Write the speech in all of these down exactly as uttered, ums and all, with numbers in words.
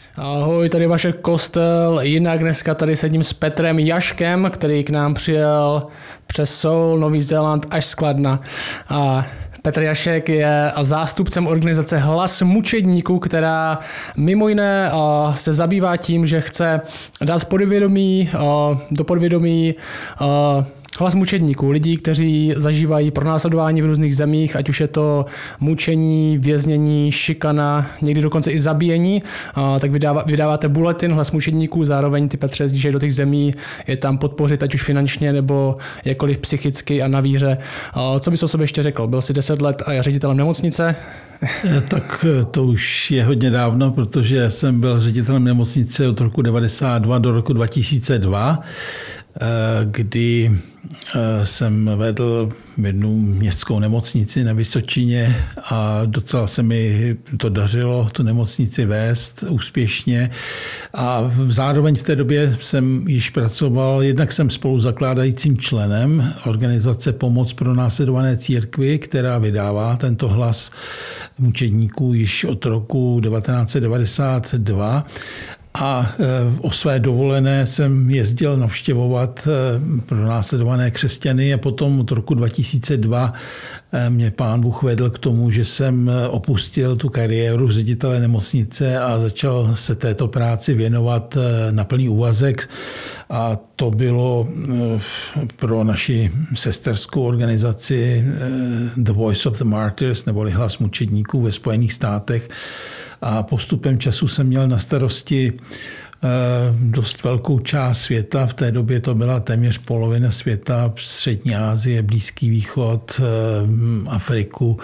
Ahoj, tady Vašek Kostel, jinak dneska tady sedím s Petrem Jaškem, který k nám přijel přes Seoul, Nový Zéland až z Kladna. A Petr Jašek je zástupcem organizace Hlas mučedníků, která mimo jiné se zabývá tím, že chce dát v podvědomí, do podvědomí hlas mučedníků, lidí, kteří zažívají pronásledování v různých zemích, ať už je to mučení, věznění, šikana, někdy dokonce i zabíjení, tak vydává, vydáváte bulletin Hlas mučedníků, zároveň ty Petře jezdíš do těch zemí, je tam podpořit, ať už finančně nebo jakkoliv psychicky a na víře. Co bys o sobě ještě řekl? Byl jsi deset let a ředitelem nemocnice? Tak to už je hodně dávno, protože jsem byl ředitelem nemocnice od roku devadesát dva do roku dva tisíce dva, kdy jsem vedl jednu městskou nemocnici na Vysočině a docela se mi to dařilo, tu nemocnici vést úspěšně. A zároveň v té době jsem již pracoval, jednak jsem spoluzakládajícím členem organizace Pomoc pro následované církvi, která vydává tento hlas mučedníků již od roku devatenáct set devadesát dva. A o své dovolené jsem jezdil navštěvovat pronásledované křesťany a potom od roku dva tisíce dva mě Pán Bůh vedl k tomu, že jsem opustil tu kariéru ředitele nemocnice a začal se této práci věnovat na plný úvazek. A to bylo pro naši sesterskou organizaci The Voice of the Martyrs, neboli Hlas mučedníků ve Spojených státech. A postupem času jsem měl na starosti dost velkou část světa. V té době to byla téměř polovina světa, Střední Asie, Blízký východ, Afriku.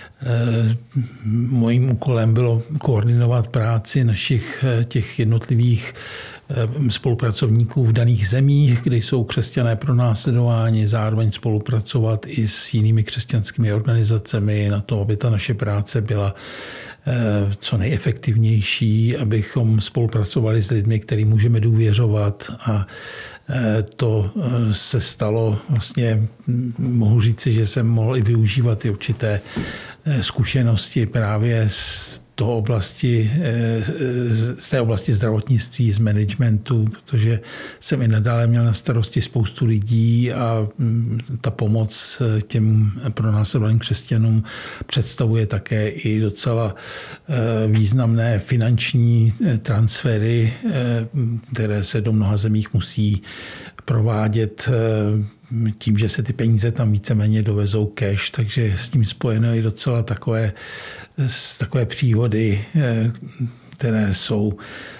Mojím úkolem bylo koordinovat práci našich těch jednotlivých spolupracovníků v daných zemích, kde jsou křesťané pronásledováni, zároveň spolupracovat i s jinými křesťanskými organizacemi na to, aby ta naše práce byla co nejefektivnější, abychom spolupracovali s lidmi, kterým můžeme důvěřovat, a to se stalo vlastně, mohu říci, že jsem mohl i využívat i určité zkušenosti právě z toho oblasti, z té oblasti zdravotnictví, z managementu, protože jsem i nadále měl na starosti spoustu lidí a ta pomoc těm pronásledovaným křesťanům představuje také i docela významné finanční transfery, které se do mnoha zemích musí provádět tím, že se ty peníze tam víceméně dovezou cash, takže s tím spojeno i docela takové, takové příhody, které jsou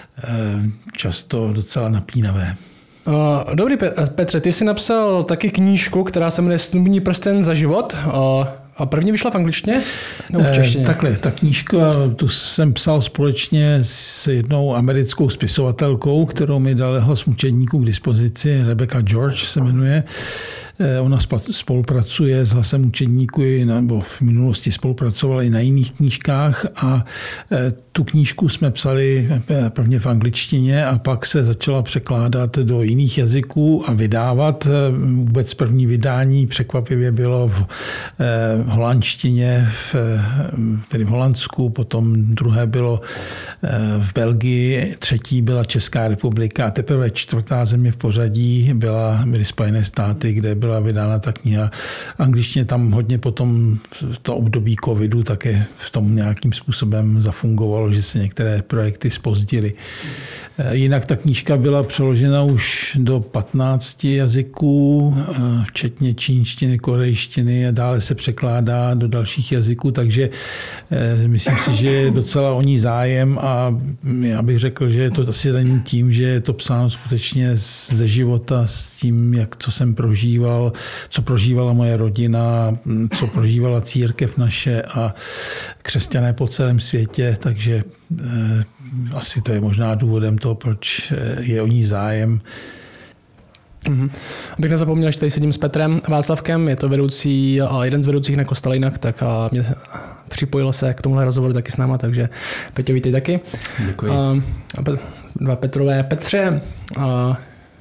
často docela napínavé. Dobrý, Petře, ty jsi napsal taky knížku, která se jmenuje Snubní prsten za život. A první vyšla v angličtině nebo v češtině? Takhle, ta knížka, tu jsem psal společně s jednou americkou spisovatelkou, kterou mi dal Hlas mučedníků k dispozici, Rebecca George se jmenuje. Ona spolupracuje s Hlasem mučedníků, nebo v minulosti spolupracovala i na jiných knížkách, a tu knížku jsme psali prvně v angličtině a pak se začala překládat do jiných jazyků a vydávat. Vůbec první vydání překvapivě bylo v holandštině, v, tedy v Holandsku, potom druhé bylo v Belgii, třetí byla Česká republika a teprve čtvrtá země v pořadí byla, byly Spojené státy, kde byla vydána ta kniha. Angličtině tam hodně potom v to období covidu také v tom nějakým způsobem zafungovalo, že se některé projekty zpozdily. Jinak ta knížka byla přeložena už do patnácti jazyků, včetně čínštiny, korejštiny, a dále se překládá do dalších jazyků, takže myslím si, že je docela o ní zájem, a já bych řekl, že je to asi daný tím, že je to psáno skutečně ze života, s tím, jak co jsem prožíval, co prožívala moje rodina, co prožívala církev naše a křesťané po celém světě, takže asi to je možná důvodem toho, proč je o ní zájem. Mm-hmm. Abych nezapomněl, že tady sedím s Petrem Václavkem, je to vedoucí, jeden z vedoucích na Kostele jinak, tak a mě připojil se k tomuhle rozhovoru taky s náma, takže Peťo, vítej taky. Děkuji. A, dva Petrové. Petře, a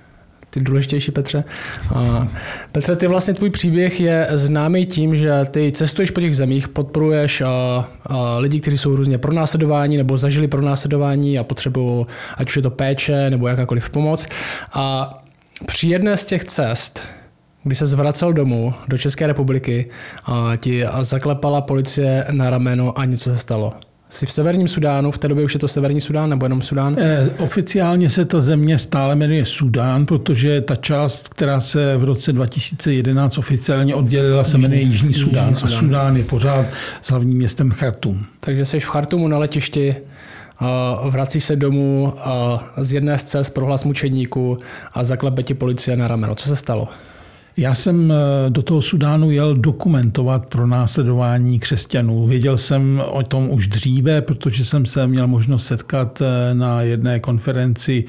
ty důležitější, Petře. A Petře, ty vlastně tvůj příběh je známý tím, že ty cestuješ po těch zemích, podporuješ a, a lidi, kteří jsou různě pronásledováni nebo zažili pronásledování a potřebují, ať už je to péče nebo jakákoliv pomoc. A při jedné z těch cest, kdy se zvracel domů do České republiky, a ti a zaklepala policie na rameno a něco se stalo. Jsi v Severním Sudánu, v té době už je to Severní Sudán nebo jenom Sudán? Eh, oficiálně se ta země stále jmenuje Sudán, protože ta část, která se v roce dva tisíce jedenáct oficiálně oddělila, se jmenuje Jižní Sudán. Jižní Sudán. A Sudán je pořád s hlavním městem Chartum. Takže jsi v Chartumu na letišti, vracíš se domů a z jedné z cest prohlas mučedníků a zaklepe ti policie na rameno. Co se stalo? Já jsem do toho Sudánu jel dokumentovat pronásledování křesťanů. Věděl jsem o tom už dříve, protože jsem se měl možnost setkat na jedné konferenci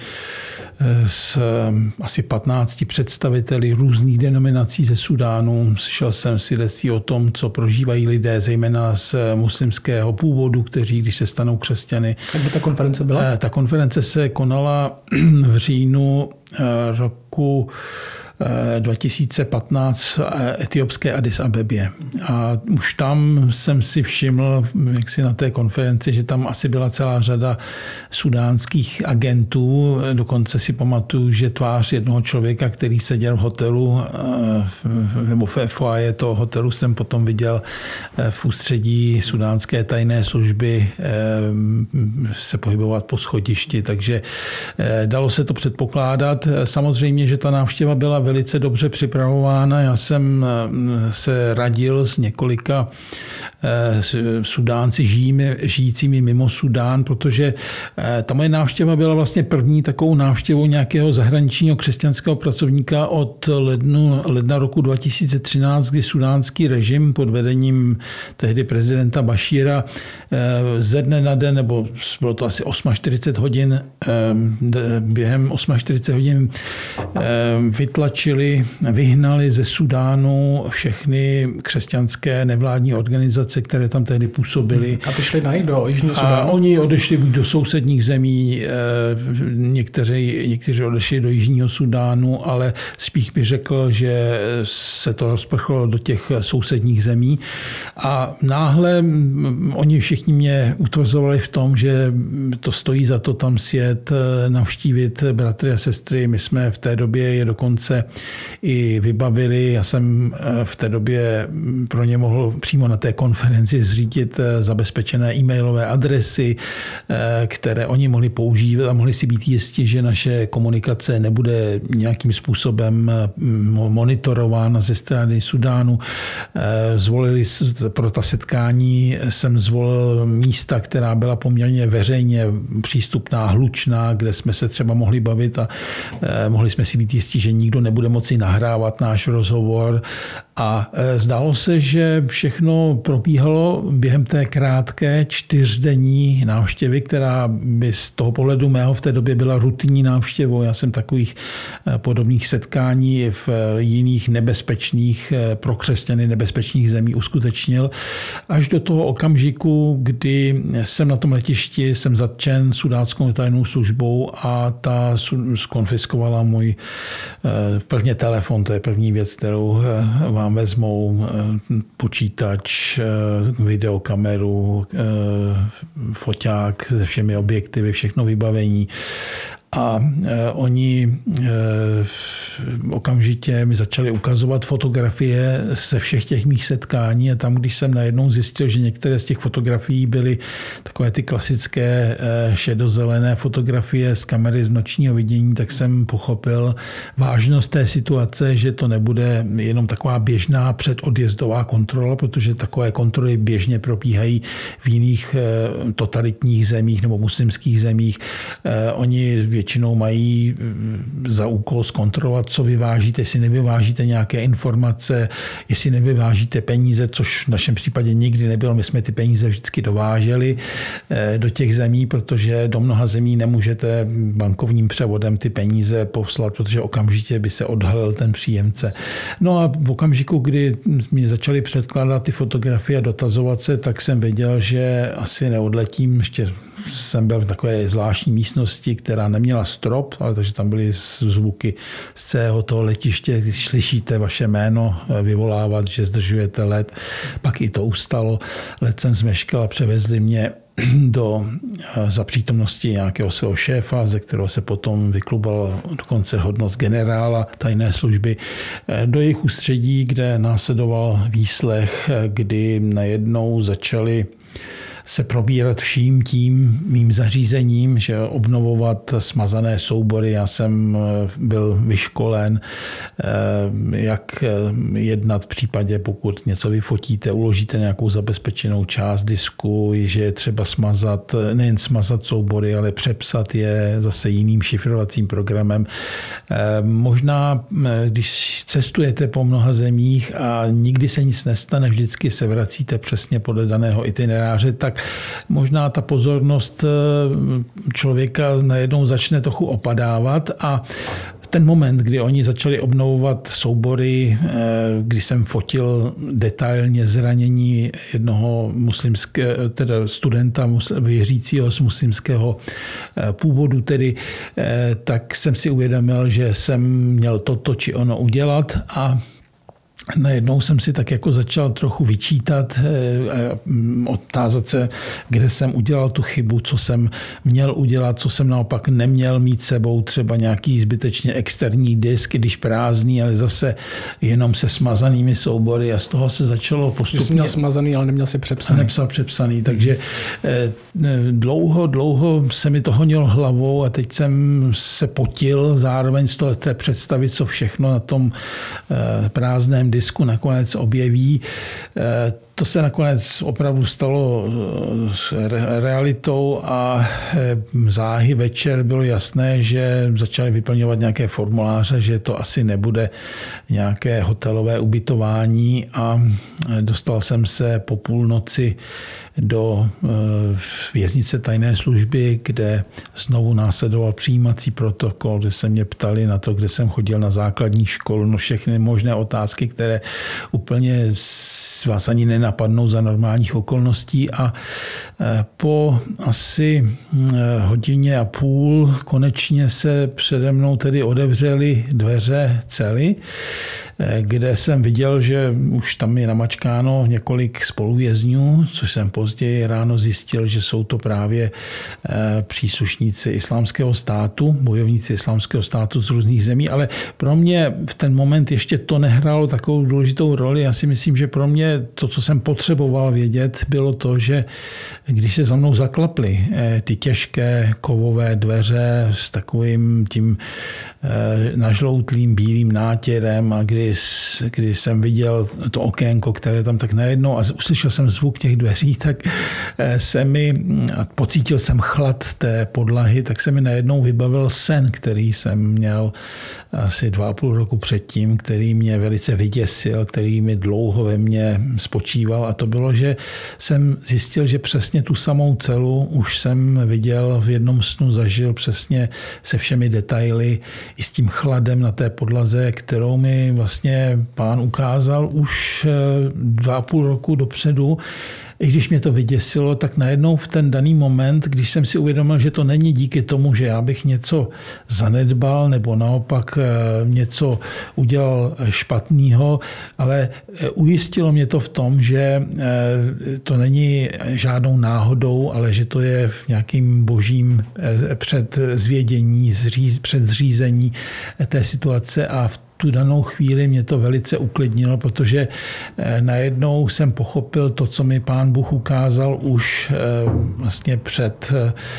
s asi patnácti představiteli různých denominací ze Sudánu. Slyšel jsem svědectví o tom, co prožívají lidé, zejména z muslimského původu, kteří, když se stanou křesťany. Jak by ta konference byla? Ta konference se konala v říjnu roku dva tisíce patnáct v etiopské Addis Abebě. A už tam jsem si všiml, jak si na té konferenci, že tam asi byla celá řada sudánských agentů. Dokonce si pamatuju, že tvář jednoho člověka, který seděl v hotelu, nebo v foaje toho hotelu jsem potom viděl v ústředí sudánské tajné služby se pohybovat po schodišti. Takže dalo se to předpokládat. Samozřejmě, že ta návštěva byla velice dobře připravována. Já jsem se radil s několika Sudánci žijícími mimo Sudán, protože ta moje návštěva byla vlastně první takovou návštěvou nějakého zahraničního křesťanského pracovníka od lednu, ledna roku dva tisíce třináct, kdy sudánský režim pod vedením tehdy prezidenta Bašíra ze dne na den, nebo bylo to asi čtyřicet osm hodin, během čtyřicet osm hodin vytlačili, vyhnali ze Sudánu všechny křesťanské nevládní organizace, které tam tehdy působily. A ty šli najít do Jižního Sudánu? A oni odešli buď do sousedních zemí, někteří, někteří odešli do Jižního Sudánu, ale spíš bych řekl, že se to rozprchlo do těch sousedních zemí. A náhle oni všichni mě utvrzovali v tom, že to stojí za to tam sjet, navštívit bratry a sestry. My jsme v té době je dokonce i vybavili. Já jsem v té době pro ně mohl přímo na té konferenci zřídit zabezpečené e-mailové adresy, které oni mohli používat a mohli si být jistí, že naše komunikace nebude nějakým způsobem monitorována ze strany Sudánu. Zvolili pro ta setkání, jsem zvolil místa, která byla poměrně veřejně přístupná, hlučná, kde jsme se třeba mohli bavit a mohli jsme si být jistí, že nikdo nebude moci nahrávat náš rozhovor. A zdálo se, že všechno probíhalo během té krátké čtyřdenní návštěvy, která by z toho pohledu mého v té době byla rutinní návštěvou. Já jsem takových podobných setkání v jiných nebezpečných, pro křesťany nebezpečných zemí uskutečnil. Až do toho okamžiku, kdy jsem na tom letišti, jsem zatčen sudánskou tajnou službou a ta skonfiskovala můj prvně telefon, to je první věc, kterou vám vezmou, počítač, videokameru, foťák se všemi objektivy, všechno vybavení. A oni okamžitě mi začali ukazovat fotografie ze všech těch mých setkání a tam, když jsem najednou zjistil, že některé z těch fotografií byly takové ty klasické šedozelené fotografie z kamery z nočního vidění, tak jsem pochopil vážnost té situace, že to nebude jenom taková běžná předodjezdová kontrola, protože takové kontroly běžně probíhají v jiných totalitních zemích nebo muslimských zemích. Oni většinou mají za úkol zkontrolovat, co vyvážíte, jestli nevyvážíte nějaké informace, jestli nevyvážíte peníze, což v našem případě nikdy nebylo. My jsme ty peníze vždycky dováželi do těch zemí, protože do mnoha zemí nemůžete bankovním převodem ty peníze poslat, protože okamžitě by se odhalil ten příjemce. No a v okamžiku, kdy mě začali předkládat ty fotografie a dotazovat se, tak jsem věděl, že asi neodletím ještě jsem byl v takové zvláštní místnosti, která neměla strop, ale takže tam byly zvuky z celého toho letiště, když slyšíte vaše jméno vyvolávat, že zdržujete let. Pak i to ustalo. Let jsem zmeškal a převezli mě do, za přítomnosti nějakého svého šéfa, ze kterého se potom vyklubal dokonce hodnost generála tajné služby, do jejich ústředí, kde následoval výslech, kdy najednou začali se probírat vším tím mým zařízením, že obnovovat smazané soubory. Já jsem byl vyškolen, jak jednat v případě, pokud něco vyfotíte, uložíte nějakou zabezpečenou část disku, že je třeba smazat, nejen smazat soubory, ale přepsat je zase jiným šifrovacím programem. Možná, když cestujete po mnoha zemích a nikdy se nic nestane, vždycky se vracíte přesně podle daného itineráře, tak možná ta pozornost člověka najednou začne trochu opadávat a ten moment, kdy oni začali obnovovat soubory, kdy jsem fotil detailně zranění jednoho muslimského, teda studenta věřícího z muslimského původu, tedy, tak jsem si uvědomil, že jsem měl toto či ono udělat a najednou jsem si tak jako začal trochu vyčítat, odtázat se, kde jsem udělal tu chybu, co jsem měl udělat, co jsem naopak neměl mít sebou, třeba nějaký zbytečně externí disk, když prázdný, ale zase jenom se smazanými soubory a z toho se začalo postupně... Jsi měl smazaný, ale neměl si přepsaný. Nepsal přepsaný, takže dlouho, dlouho se mi to honilo hlavou a teď jsem se potil zároveň z toho té představy, co všechno na tom prázdném disku nakonec objeví. To se nakonec opravdu stalo realitou a záhy večer bylo jasné, že začali vyplňovat nějaké formuláře, že to asi nebude nějaké hotelové ubytování a dostal jsem se po půlnoci do věznice tajné služby, kde znovu následoval přijímací protokol, kde se mě ptali na to, kde jsem chodil na základní školu, no všechny možné otázky, které úplně vás ani nenapadnou za normálních okolností a po asi hodině a půl konečně se přede mnou tedy otevřely dveře cely, kde jsem viděl, že už tam je namačkáno několik spoluvězňů, což jsem později ráno zjistil, že jsou to právě příslušníci Islámského státu, bojovníci Islámského státu z různých zemí, ale pro mě v ten moment ještě to nehrálo takovou důležitou roli. Já si myslím, že pro mě to, co jsem potřeboval vědět, bylo to, že když se za mnou zaklaply ty těžké kovové dveře s takovým tím nažloutlým bílým nátěrem a kdy, kdy jsem viděl to okénko, které tam tak najednou a uslyšel jsem zvuk těch dveří, tak se mi, a pocítil jsem chlad té podlahy, tak se mi najednou vybavil sen, který jsem měl asi dva a půl roku předtím, který mě velice vyděsil, který mi dlouho ve mně spočíval a to bylo, že jsem zjistil, že přesně tu samou celu už jsem viděl v jednom snu, zažil přesně se všemi detaily i s tím chladem na té podlaze, kterou mi vlastně pán ukázal už dva a půl roku dopředu. I když mě to vyděsilo, tak najednou v ten daný moment, když jsem si uvědomil, že to není díky tomu, že já bych něco zanedbal nebo naopak něco udělal špatného, ale ujistilo mě to v tom, že to není žádnou náhodou, ale že to je v nějakým božím předzvědění, předzřízení té situace a v tu danou chvíli mě to velice uklidnilo, protože najednou jsem pochopil to, co mi Pán Bůh ukázal už vlastně před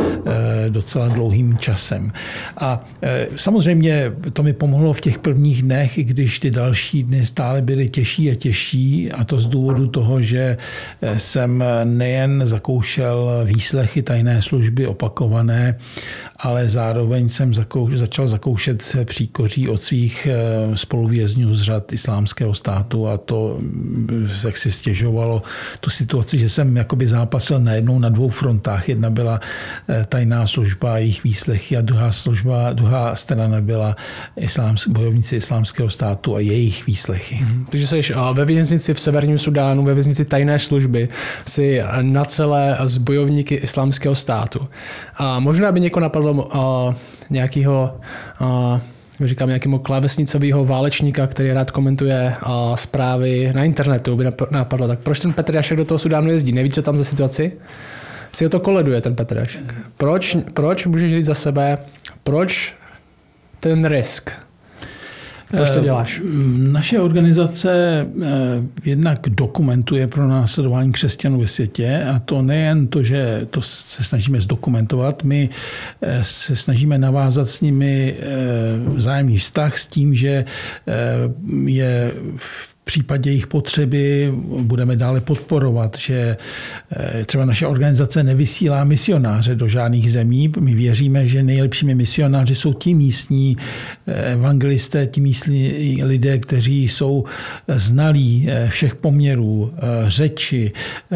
docela dlouhým časem. A samozřejmě to mi pomohlo v těch prvních dnech, i když ty další dny stále byly těžší a těžší, a to z důvodu toho, že jsem nejen zakoušel výslechy tajné služby opakované, ale zároveň jsem začal zakoušet příkoří od svých spoluvězňů z řad Islámského státu a to, jak si stěžovalo tu situaci, že jsem jakoby zápasil najednou na dvou frontách. Jedna byla tajná služba, jejich výslechy a druhá služba, druhá strana byla islámsk, bojovníci Islámského státu a jejich výslechy. Mm-hmm. Takže jsi ve věznici v Severním Sudánu, ve věznici tajné služby, si na celé s bojovníky Islámského státu. A možná by někoho napadlo uh, nějakého uh, říkám nějakému klávesnicového válečníka, který rád komentuje uh, zprávy na internetu, by napadlo, tak proč ten Petr Jašek do toho Sudánu jezdí? Neví, co tam za situaci? Si o to koleduje ten Petr Jašek. Proč, proč můžeš říct za sebe, proč ten risk? Proč to děláš? Naše organizace jednak dokumentuje pronásledování křesťanů ve světě a to nejen to, že to se snažíme zdokumentovat, my se snažíme navázat s nimi vzájemný vztah s tím, že je v V případě jejich potřeby budeme dále podporovat, že třeba naše organizace nevysílá misionáře do žádných zemí. My věříme, že nejlepšími misionáři jsou ti místní evangelisté, ti místní lidé, kteří jsou znalí všech poměrů, řeči,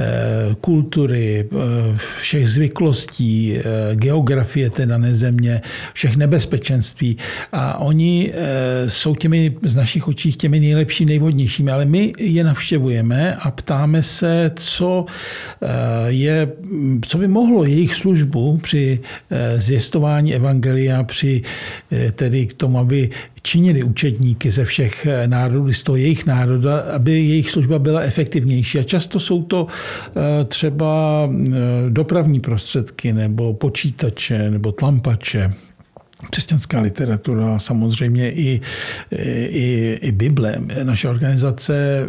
kultury, všech zvyklostí, geografie té dané země, všech nebezpečenství. A oni jsou těmi z našich očí těmi nejlepší, nejvhodnější. Ale my je navštěvujeme a ptáme se, co, je, co by mohlo jejich službu při zvěstování evangelia, při tedy k tomu, aby činili učedníky ze všech národů, z toho jejich národa, aby jejich služba byla efektivnější. A často jsou to třeba dopravní prostředky nebo počítače nebo tlampače. Křesťanská literatura, samozřejmě i, i, i Bible. Naše organizace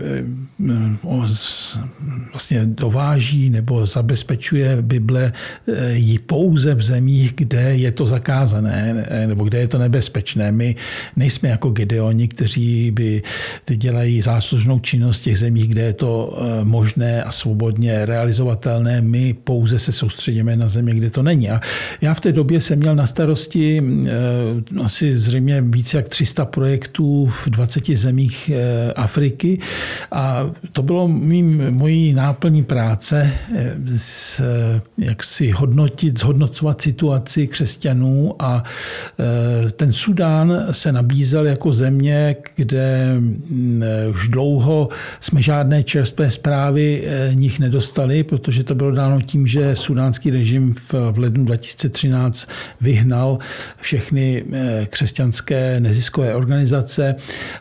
vlastně dováží nebo zabezpečuje Bible ji pouze v zemích, kde je to zakázané nebo kde je to nebezpečné. My nejsme jako Gideoni, kteří by dělají záslužnou činnost v těch zemích, kde je to možné a svobodně realizovatelné. My pouze se soustředíme na země, kde to není. A já v té době jsem měl na starosti asi zřejmě více jak tři sta projektů v dvaceti zemích Afriky a to bylo mým, mojí náplní práce, jak si hodnotit, zhodnocovat situaci křesťanů a ten Sudán se nabízel jako země, kde už dlouho jsme žádné čerstvé zprávy nich nedostali, protože to bylo dáno tím, že sudánský režim v lednu dva tisíce třináct vyhnal všechny křesťanské neziskové organizace.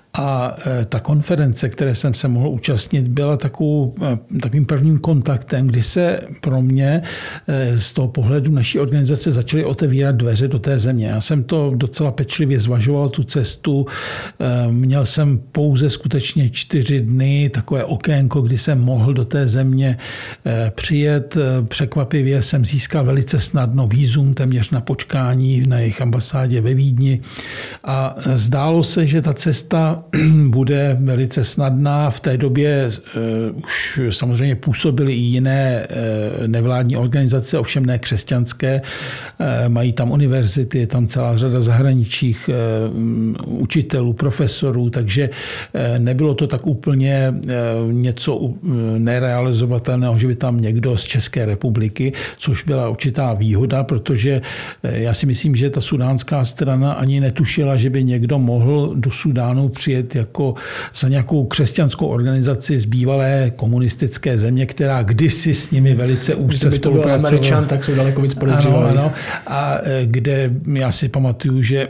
A ta konference, které jsem se mohl účastnit, byla takovou, takovým prvním kontaktem, kdy se pro mě z toho pohledu naší organizace začaly otevírat dveře do té země. Já jsem to docela pečlivě zvažoval, tu cestu. Měl jsem pouze skutečně čtyři dny, takové okénko, kdy jsem mohl do té země přijet. Překvapivě jsem získal velice snadno vízum, téměř na počkání na jejich ambasádě ve Vídni. A zdálo se, že ta cesta bude velice snadná. V té době uh, už samozřejmě působily i jiné uh, nevládní organizace, ovšem ne křesťanské. Uh, mají tam univerzity, je tam celá řada zahraničních uh, učitelů, profesorů, takže uh, nebylo to tak úplně uh, něco uh, nerealizovatelného, že by tam někdo z České republiky, což byla určitá výhoda, protože uh, já si myslím, že ta sudánská strana ani netušila, že by někdo mohl do Sudánu přijet jako za nějakou křesťanskou organizaci z bývalé komunistické země, která kdysi s nimi velice úzce spolupracovala. Kdyby to byl Američan, tak jsou daleko víc podezřelí. Ano, ano. A kde já si pamatuju, že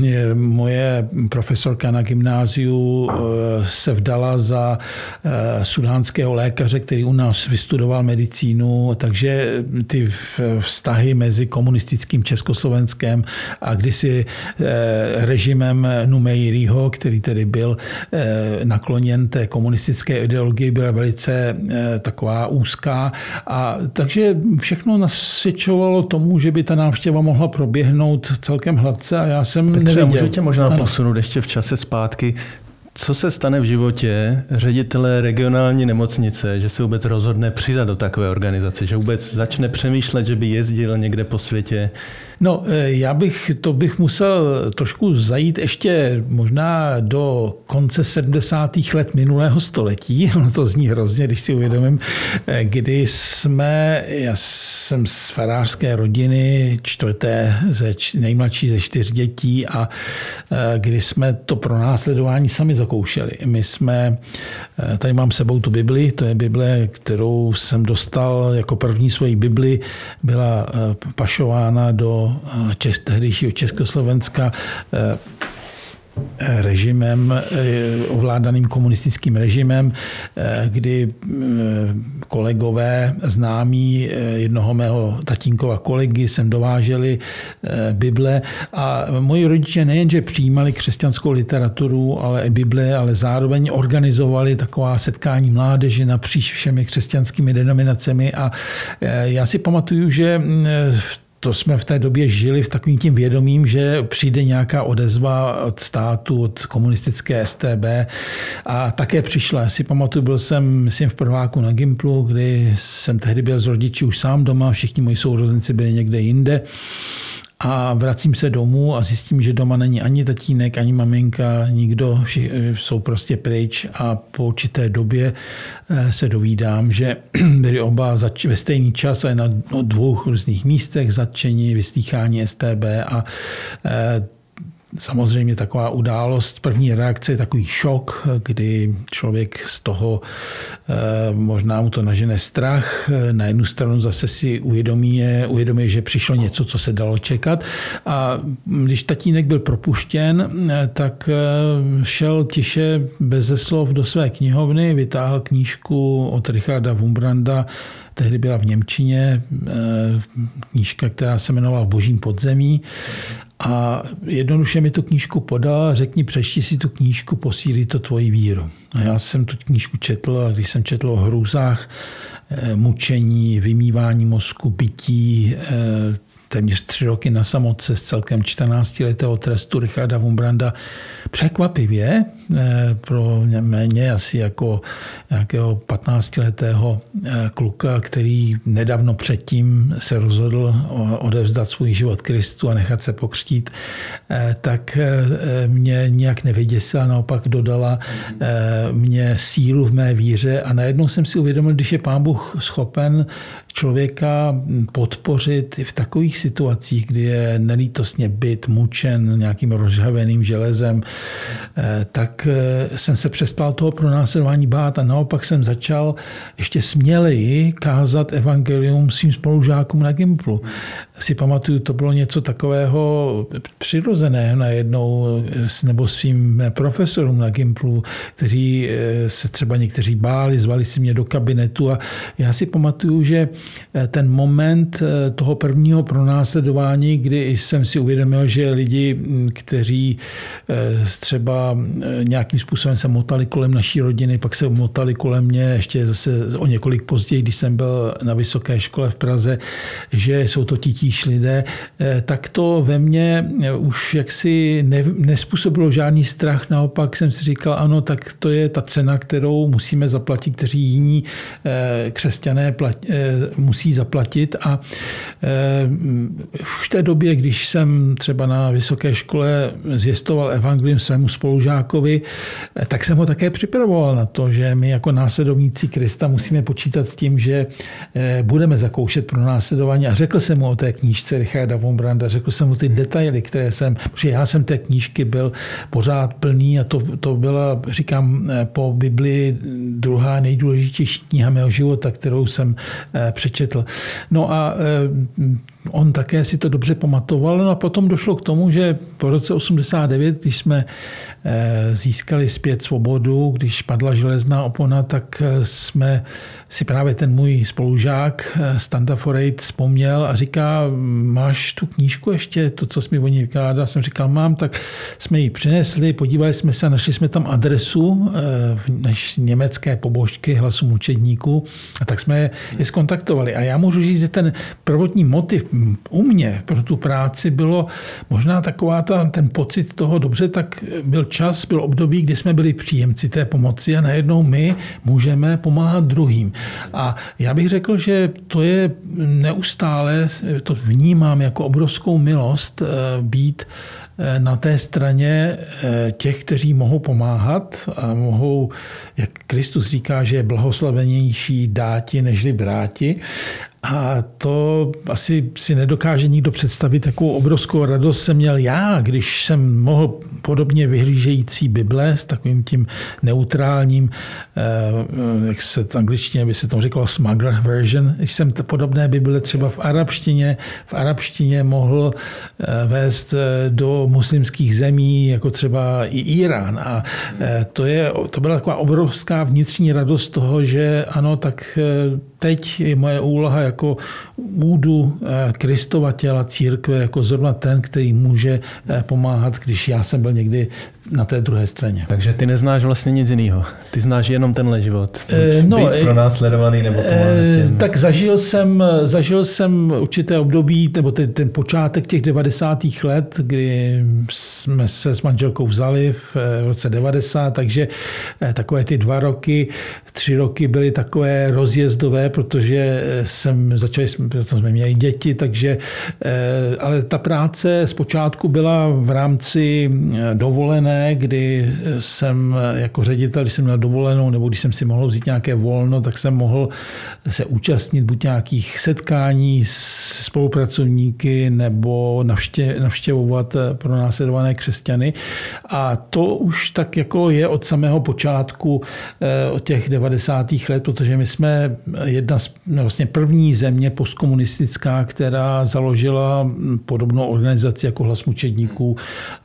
moje profesorka na gymnáziu se vdala za sudánského lékaře, který u nás vystudoval medicínu, takže ty vztahy mezi komunistickým Československem a kdysi režimem Numeiryho, který tedy byl nakloněn té komunistické ideologii, byla velice taková úzká. A takže všechno nasvědčovalo tomu, že by ta návštěva mohla proběhnout celkem hladce a já jsem Petře, neviděl. Můžu tě možná ano. posunout ještě v čase zpátky. Co se stane v životě ředitele regionální nemocnice, že se vůbec rozhodne přidat do takové organizace, že vůbec začne přemýšlet, že by jezdil někde po světě? No, já bych, to bych musel trošku zajít ještě možná do konce sedmdesátých let minulého století. Ono to zní hrozně, když si uvědomím, kdy jsme, já jsem z farářské rodiny, čtvrté, ze, nejmladší ze čtyř dětí a kdy jsme to pronásledování sami zakoušeli. My jsme, tady mám s sebou tu Bibli, to je Bible, kterou jsem dostal jako první svoji Bibli, byla pašována do Čes, tehdejšího Československa režimem, ovládaným komunistickým režimem, kdy kolegové známí jednoho mého tatínkova kolegy sem dováželi Bible a moji rodiče nejenže přijímali křesťanskou literaturu, ale i Bible, ale zároveň organizovali taková setkání mládeže napříč všemi křesťanskými denominacemi a já si pamatuju, že v to jsme v té době žili v takovým tím vědomím, že přijde nějaká odezva od státu, od komunistické S T B a také přišla. Já si pamatuju, byl jsem, myslím, v prváku na Gimplu, kdy jsem tehdy byl s rodiči už sám doma, všichni moji sourozenci byli někde jinde. A vracím se domů a zjistím, že doma není ani tatínek, ani maminka, nikdo, všichni jsou prostě pryč a po určité době se dovídám, že byli oba ve stejný čas a na dvou různých místech zatčení, vyslýchání S T B a samozřejmě taková událost, první reakce je takový šok, kdy člověk z toho možná mu to nažene strach. Na jednu stranu zase si uvědomí, uvědomí, že přišlo něco, co se dalo čekat. A když tatínek byl propuštěn, tak šel tiše beze slov do své knihovny, vytáhl knížku od Richarda Wurmbranda, tehdy byla v němčině, knížka, která se jmenovala V božím podzemí. A jednoduše mi tu knížku podal a řekni, přečti si tu knížku, posílí to tvoji víru. A já jsem tu knížku četl a když jsem četl o hrůzách, mučení, vymývání mozku, bytí, téměř tři roky na samotce z celkem čtrnáctiletého trestu Richarda Wurmbranda, překvapivě pro méně asi jako nějakého patnáctiletého kluka, který nedávno předtím se rozhodl odevzdat svůj život Kristu a nechat se pokřtít, tak mě nějak nevyděsila, naopak dodala mě sílu v mé víře a najednou jsem si uvědomil, když je Pán Bůh schopen člověka podpořit i v takových situacích, kdy je nelítostně byt, mučen nějakým rozžhaveným železem, tak jsem se přestal toho pronásledování bát a naopak jsem začal ještě směleji kázat evangelium svým spolužákům na Gimplu. Si pamatuju, to bylo něco takového přirozeného najednou, nebo svým profesorům na Gimplu, kteří se třeba někteří báli, zvali si mě do kabinetu a já si pamatuju, že ten moment toho prvního pronásledování, kdy jsem si uvědomil, že lidi, kteří třeba nějakým způsobem se motali kolem naší rodiny, pak se motali kolem mě ještě zase o několik později, když jsem byl na vysoké škole v Praze, že jsou to titíž lidé, tak to ve mně už jaksi ne, nespůsobilo žádný strach, naopak jsem si říkal, ano, tak to je ta cena, kterou musíme zaplatit, kteří jiní křesťané plat, musí zaplatit a v té době, když jsem třeba na vysoké škole zvěstoval evangelium svému spolužákovi, tak jsem ho také připravoval na to, že my jako následovníci Krista musíme počítat s tím, že budeme zakoušet pro následování. A řekl jsem mu o té knížce Richarda Wurmbranda, řekl jsem mu ty detaily, které jsem, protože já jsem té knížky byl pořád plný a to, to byla, říkám, po Bibli druhá nejdůležitější kniha mého života, kterou jsem přečetl. No a on také si to dobře pamatoval. No a potom došlo k tomu, že po roce osmdesát devět, když jsme získali zpět svobodu, když padla železná opona, tak jsme si právě ten můj spolužák Standa Forejt vzpomněl a říká, máš tu knížku ještě, to, co jsi mi o ní vykládal? Jsem říkal, mám, tak jsme ji přinesli, podívali jsme se a našli jsme tam adresu naší německé pobožky Hlasu mučedníků a tak jsme je skontaktovali. A já můžu říct, že ten prvotní motiv, u mě pro tu práci bylo možná taková ta, ten pocit toho, dobře, tak byl čas, byl období, kdy jsme byli příjemci té pomoci a najednou my můžeme pomáhat druhým. A já bych řekl, že to je neustále, to vnímám jako obrovskou milost být na té straně těch, kteří mohou pomáhat a mohou, jak Kristus říká, že je blahoslavenější dáti nežli bráti. A to asi si nedokáže nikdo představit, takovou obrovskou radost jsem měl já, když jsem mohl podobně vyhlížející Bible s takovým tím neutrálním, jak se v angličtině by se tomu říkalo smuggler version, když jsem to podobné Bible třeba v arabštině, v arabštině mohl vést do muslimských zemí, jako třeba i Irán. A to, je, to byla taková obrovská vnitřní radost toho, že ano, tak teď je moje úloha jako údu Kristova těla církve, jako zrovna ten, který může pomáhat, když já jsem byl někdy na té druhé straně. Takže ty neznáš vlastně nic jiného. Ty znáš jenom tenhle život. E, no, Být pronásledovaný nebo pomáhat těm. Tak zažil jsem, zažil jsem určité období, nebo ten, ten počátek těch devadesátých let, kdy jsme se s manželkou vzali v roce devadesát, takže takové ty dva roky, tři roky byly takové rozjezdové, protože jsem začali, protože jsme měli děti, takže, ale ta práce zpočátku byla v rámci dovolené, kdy jsem jako ředitel, když jsem měl dovolenou, nebo když jsem si mohl vzít nějaké volno, tak jsem mohl se účastnit buď nějakých setkání s spolupracovníky nebo navště, navštěvovat pronásledované křesťany. A to už tak jako je od samého počátku od těch devadesátých let, protože my jsme jedna z vlastně první země postkomunistická, která založila podobnou organizaci jako Hlas mučedníků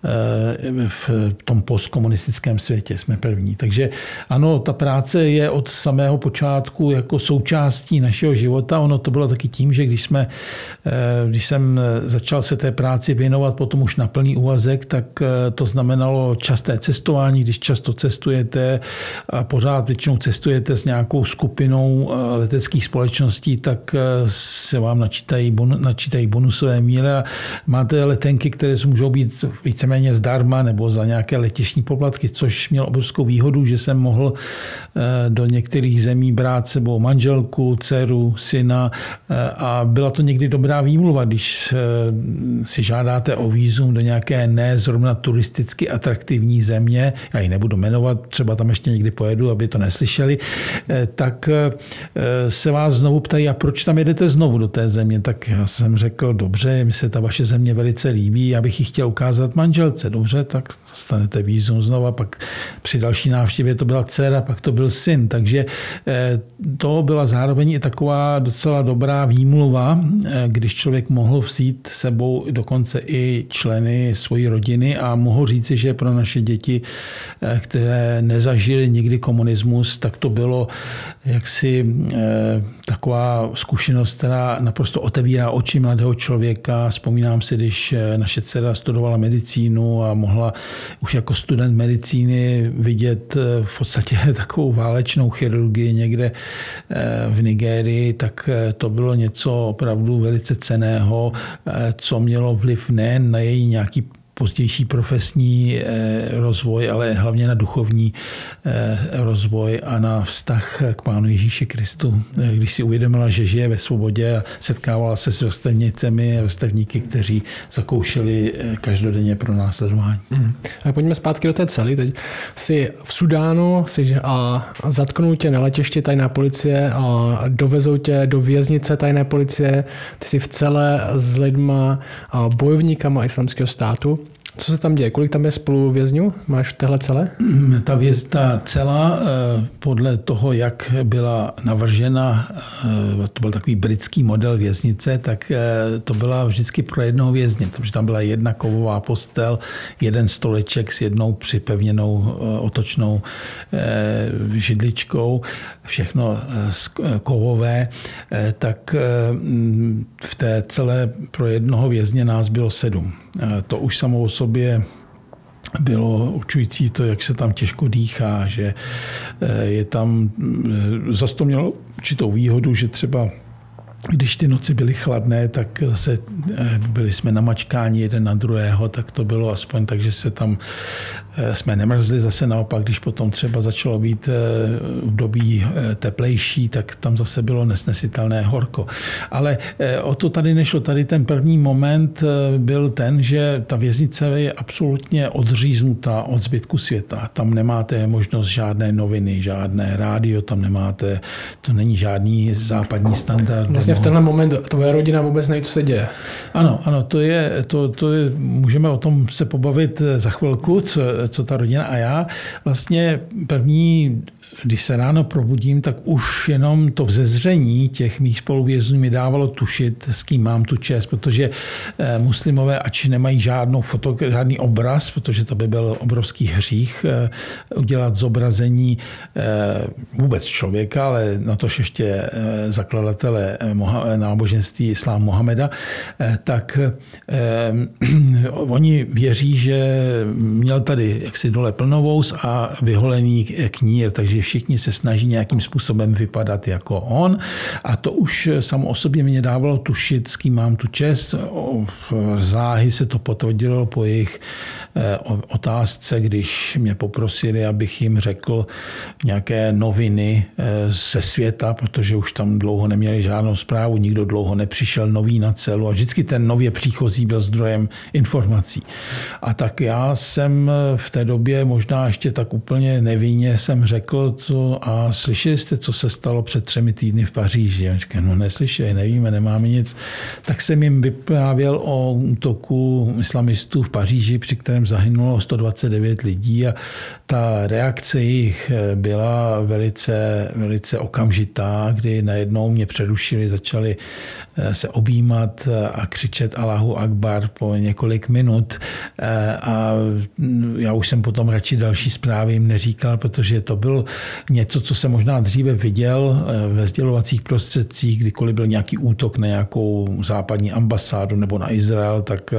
v tom postkomunistickém světě. Jsme první. Takže ano, ta práce je od samého počátku jako součástí našeho života. Ono to bylo taky tím, že když, jsme, když jsem začal se té práci věnovat potom už na plný úvazek, tak to znamenalo časté cestování. Když často cestujete a pořád většinou cestujete s nějakou skupinou leteckých společností, tak se vám načítají, načítají bonusové míle a máte letenky, které můžou být víceméně zdarma nebo za nějaké letištní poplatky, což měl obrovskou výhodu, že jsem mohl do některých zemí brát sebou manželku, dceru, syna a byla to někdy dobrá výmluva, když si žádáte o vízum do nějaké ne zrovna turisticky atraktivní země, já ji nebudu jmenovat, třeba tam ještě někdy pojedu, aby to neslyšeli, tak se vás znovu ptají, a proč tam jedete znovu do té země? Tak já jsem řekl, dobře, mi se ta vaše země velice líbí, já bych ji chtěl ukázat manželce. Dobře, tak dostanete vízum znova, pak při další návštěvě to byla dcera, pak to byl syn. Takže to byla zároveň i taková docela dobrá výmluva, když člověk mohl vzít sebou dokonce i členy svojí rodiny a mohl říci, že pro naše děti, které nezažily nikdy komunismus, tak to bylo jaksi taková zkušenost, která naprosto otevírá oči mladého člověka. Vzpomínám si, když naše dcera studovala medicínu a mohla už jako student medicíny vidět v podstatě takovou válečnou chirurgii někde v Nigérii, tak to bylo něco opravdu velice cenného, co mělo vliv nejen na její nějaký pozdější profesní rozvoj, ale hlavně na duchovní rozvoj a na vztah k Pánu Ježíši Kristu. Když si uvědomila, že žije ve svobodě a setkávala se s vrstevnicemi a vrstevníky, kteří zakoušeli každodenně pro následování. Hmm. A pojďme zpátky do té cely. Teď si v Sudánu si a zatknou tě na letišti tajná policie a dovezou tě do věznice tajné policie. Ty jsi v cele s lidma a bojovníkama Islámského státu. Co se tam děje? Kolik tam je spoluvězňů? Máš v téhle celé? Ta, věz, ta cela podle toho, jak byla navržena, to byl takový britský model věznice, tak to byla vždycky pro jednoho vězně. Takže tam byla jedna kovová postel, jeden stoleček s jednou připevněnou otočnou židličkou, všechno kovové. Tak v té celé pro jednoho vězně nás bylo sedm. To už samo o sobě bylo určující to, jak se tam těžko dýchá, že je tam, zase to mělo určitou výhodu, že třeba Když ty noci byly chladné, tak zase byli jsme namačkáni jeden na druhého, tak to bylo aspoň tak, že se tam jsme nemrzli. Zase naopak, když potom třeba začalo být v dobí teplejší, tak tam zase bylo nesnesitelné horko. Ale o to tady nešlo. Tady ten první moment byl ten, že ta věznice je absolutně odříznutá od zbytku světa. Tam nemáte možnost žádné noviny, žádné rádio, tam nemáte, to není žádný západní standard. Vlastně v tenhle moment tvoje rodina vůbec neví, co se děje. Ano, ano, to je, to, to je, můžeme o tom se pobavit za chvilku, co, co ta rodina a já. Vlastně první, když se ráno probudím, tak už jenom to vzezření těch mých spoluvězňů mi dávalo tušit, s kým mám tu čest, protože muslimové, ač nemají žádnou foto, žádný obraz, protože to by byl obrovský hřích udělat zobrazení vůbec člověka, ale na to ještě zakladatele náboženství islám Mohameda, tak eh, oni věří, že měl tady jaksi dole plnovous a vyholený knír, takže všichni se snaží nějakým způsobem vypadat jako on a to už samo o sobě mě dávalo tušit, s kým mám tu čest. Záhy se to potvrdilo po jejich otázce, když mě poprosili, abych jim řekl nějaké noviny ze světa, protože už tam dlouho neměli žádnou zprávu, nikdo dlouho nepřišel nový na celu a vždycky ten nově příchozí byl zdrojem informací. A tak já jsem v té době možná ještě tak úplně nevinně jsem řekl, co, a slyšeli jste, co se stalo před třemi týdny v Paříži? A říkám, no neslyšeli, nevíme, nemáme nic. Tak jsem jim vyprávěl o útoku islamistů v Paříži, při kterém zahynulo sto dvacet devět lidí a ta reakce jich byla velice, velice okamžitá, kdy najednou mě přerušili, začali se objímat a křičet Allahu Akbar po několik minut a já už jsem potom radši další zprávy jim neříkal, protože to byl něco, co jsem možná dříve viděl ve sdělovacích prostředcích, kdykoliv byl nějaký útok na nějakou západní ambasádu nebo na Izrael, tak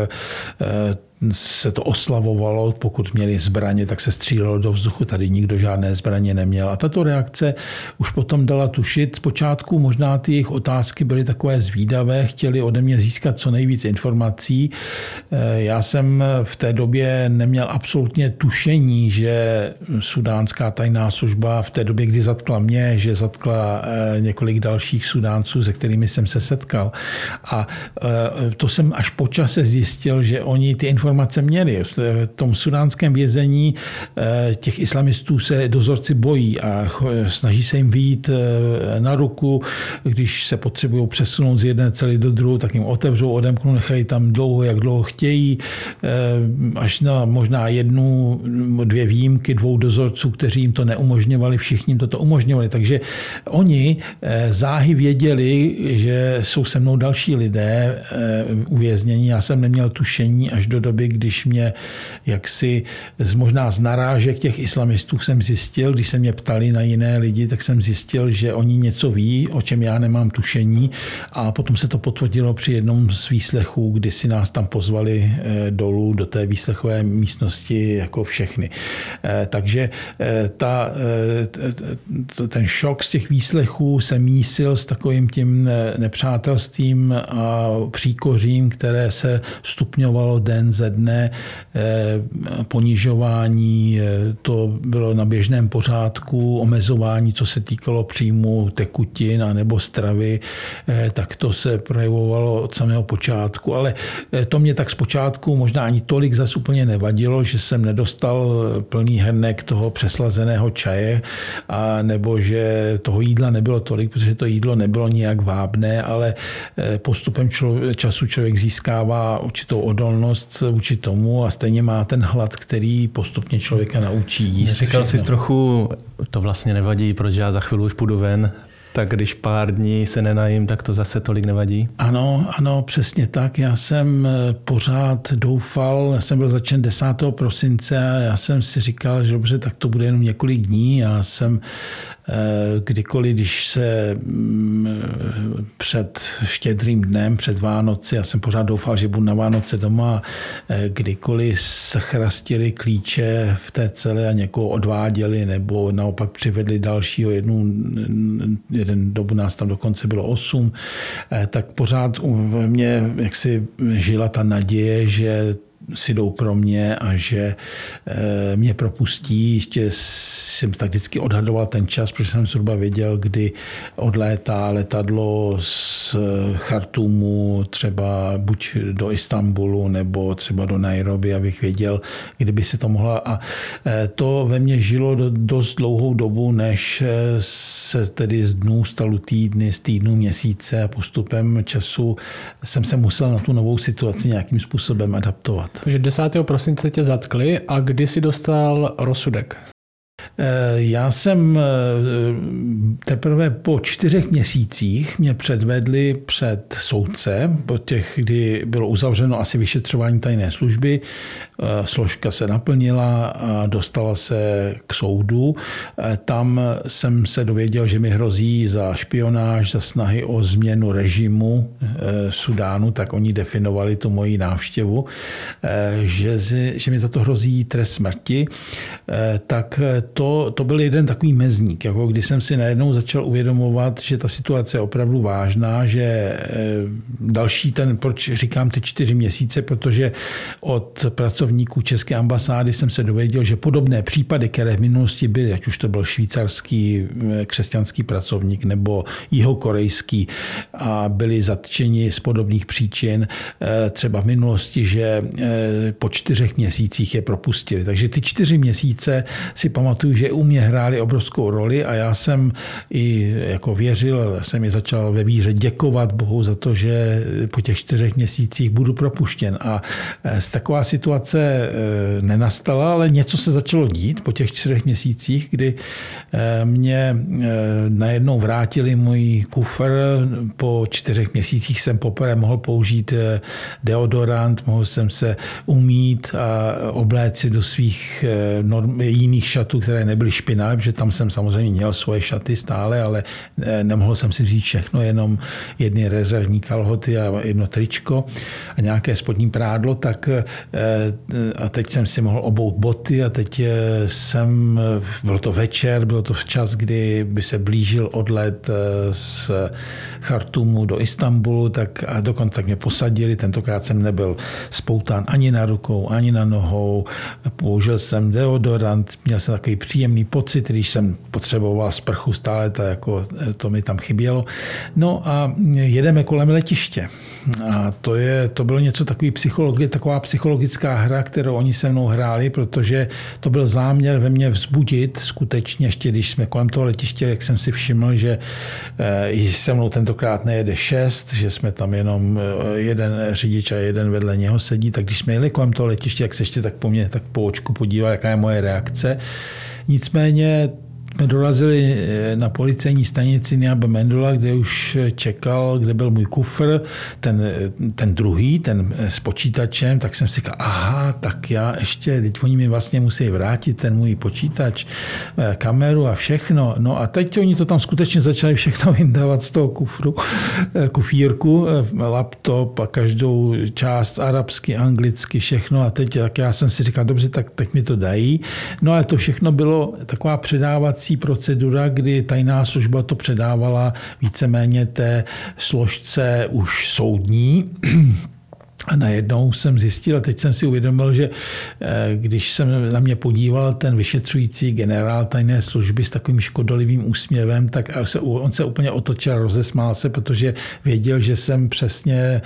se to oslavovalo, pokud měli zbraně, tak se střílelo do vzduchu, tady nikdo žádné zbraně neměl. A tato reakce už potom dala tušit. Zpočátku možná ty jejich otázky byly takové zvídavé, chtěli ode mě získat co nejvíc informací. Já jsem v té době neměl absolutně tušení, že sudánská tajná služba v té době, kdy zatkla mě, že zatkla několik dalších Sudánců, se kterými jsem se setkal. A to jsem až po čase zjistil, že oni ty informace informace měli. V tom sudánském vězení těch islamistů se dozorci bojí a snaží se jim vyjít na ruku. Když se potřebují přesunout z jedné cely do druhé, tak jim otevřou, odemknou, nechají tam dlouho, jak dlouho chtějí. Až na možná jednu, dvě výjimky dvou dozorců, kteří jim to neumožňovali, všichni jim toto umožňovali. Takže oni záhy věděli, že jsou se mnou další lidé uvěznění. Já jsem neměl tušení až do doby, když mě jaksi možná z narážek těch islamistů jsem zjistil, když se mě ptali na jiné lidi, tak jsem zjistil, že oni něco ví, o čem já nemám tušení a potom se to potvrdilo při jednom z výslechů, kdy si nás tam pozvali dolů do té výslechové místnosti jako všechny. Takže ta, ten šok z těch výslechů se mísil s takovým tím nepřátelstvím a příkořím, které se stupňovalo den ze dne, ponižování, to bylo na běžném pořádku, omezování, co se týkalo příjmu tekutin a nebo stravy, tak to se projevovalo od samého počátku, ale to mě tak zpočátku možná ani tolik zas úplně nevadilo, že jsem nedostal plný hrnek toho přeslazeného čaje a nebo že toho jídla nebylo tolik, protože to jídlo nebylo nijak vábné, ale postupem člo- času člověk získává určitou odolnost vůči tomu a stejně má ten hlad, který postupně člověka naučí jíst. Říkal jsi trochu, to vlastně nevadí, protože já za chvíli už půjdu ven, tak když pár dní se nenajím, tak to zase tolik nevadí? Ano, ano, přesně tak. Já jsem pořád doufal, já jsem byl začen desátého prosince a já jsem si říkal, že dobře, tak to bude jenom několik dní. Já jsem kdykoliv, když se před Štědrým dnem, před Vánoci, já jsem pořád doufal, že budu na Vánoce doma, kdykoliv se chrastili klíče v té celé a někoho odváděli nebo naopak přivedli dalšího, jednu, jeden dobu nás tam dokonce bylo osm, tak pořád ve mně jaksi žila ta naděje, že si jdou pro mě a že mě propustí. Ještě jsem tak vždycky odhadoval ten čas, protože jsem zhruba věděl, kdy odlétá letadlo z Chartumu třeba buď do Istanbulu nebo třeba do Nairobi, abych věděl, kdyby se to mohla. A to ve mně žilo dost dlouhou dobu, než se tedy z dnů stalo týdny, z týdnů měsíce a postupem času jsem se musel na tu novou situaci nějakým způsobem adaptovat. Takže desátého prosince tě zatkli a kdy jsi dostal rozsudek? Já jsem teprve po čtyřech měsících mě předvedli před soudce, po těch, kdy bylo uzavřeno asi vyšetřování tajné služby, složka se naplnila a dostala se k soudu. Tam jsem se dověděl, že mi hrozí za špionáž, za snahy o změnu režimu v Sudánu, tak oni definovali tu moji návštěvu, že, že mi za to hrozí trest smrti. Tak to, to byl jeden takový mezník, jako když jsem si najednou začal uvědomovat, že ta situace je opravdu vážná, že další ten, proč říkám ty čtyři měsíce, protože od pracovníků České ambasády jsem se dověděl, že podobné případy, které v minulosti byly, ať už to byl švýcarský křesťanský pracovník nebo jihokorejský a byli zatčeni z podobných příčin, třeba v minulosti, že po čtyřech měsících je propustili. Takže ty čtyři měsíce si pamatuju, že u mě hráli obrovskou roli a já jsem i jako věřil, jsem je začal ve víře děkovat Bohu za to, že po těch čtyřech měsících budu propuštěn. A taková situace nenastala, ale něco se začalo dít po těch čtyřech měsících, kdy mě najednou vrátili můj kufr. Po čtyřech měsících jsem poprvé mohl použít deodorant, mohl jsem se umýt a obléci do svých norm, jiných šatů, které nebyly špinavé, protože tam jsem samozřejmě měl svoje šaty stále, ale nemohl jsem si vzít všechno, jenom jedny rezervní kalhoty a jedno tričko a nějaké spodní prádlo, tak a teď jsem si mohl obout boty a teď jsem, bylo to večer, bylo to včas, kdy by se blížil odlet z Chartumu do Istanbulu, tak a dokonce tak mě posadili, tentokrát jsem nebyl spoután ani na rukou, ani na nohou, použil jsem deodorant, měl jsem takový příjemný pocit, když jsem potřeboval sprchu stále, to, jako, to mi tam chybělo. No a jedeme kolem letiště. A to, je, to bylo něco takový psychologie, taková psychologická hra, kterou oni se mnou hráli, protože to byl záměr ve mně vzbudit skutečně, ještě když jsme kolem toho letiště, jak jsem si všiml, že e, se mnou tentokrát nejede šest, že jsme tam jenom jeden řidič a jeden vedle něho sedí, tak když jsme jeli kolem toho letiště, jak se ještě tak po mně tak po očku podíval, jaká je moje reakce. Nicméně jsme dorazili na policejní stanici Niabe Mendola, kde už čekal, kde byl můj kufr, ten, ten druhý, ten s počítačem, tak jsem si říkal, aha, tak já ještě, teď oni mi vlastně musí vrátit ten můj počítač, kameru a všechno. No a teď oni to tam skutečně začali všechno vyndávat z toho kufru, kufírku, laptop a každou část arabsky, anglicky, všechno. A teď tak já jsem si říkal, dobře, tak teď mi to dají. No ale to všechno bylo taková předávací procedura, kdy tajná služba to předávala víceméně té složce už soudní. A najednou jsem zjistil, a teď jsem si uvědomil, že když jsem na mě podíval ten vyšetřující generál tajné služby s takovým škodolivým úsměvem, tak se, on se úplně otočil, rozesmál se, protože věděl, že jsem přesně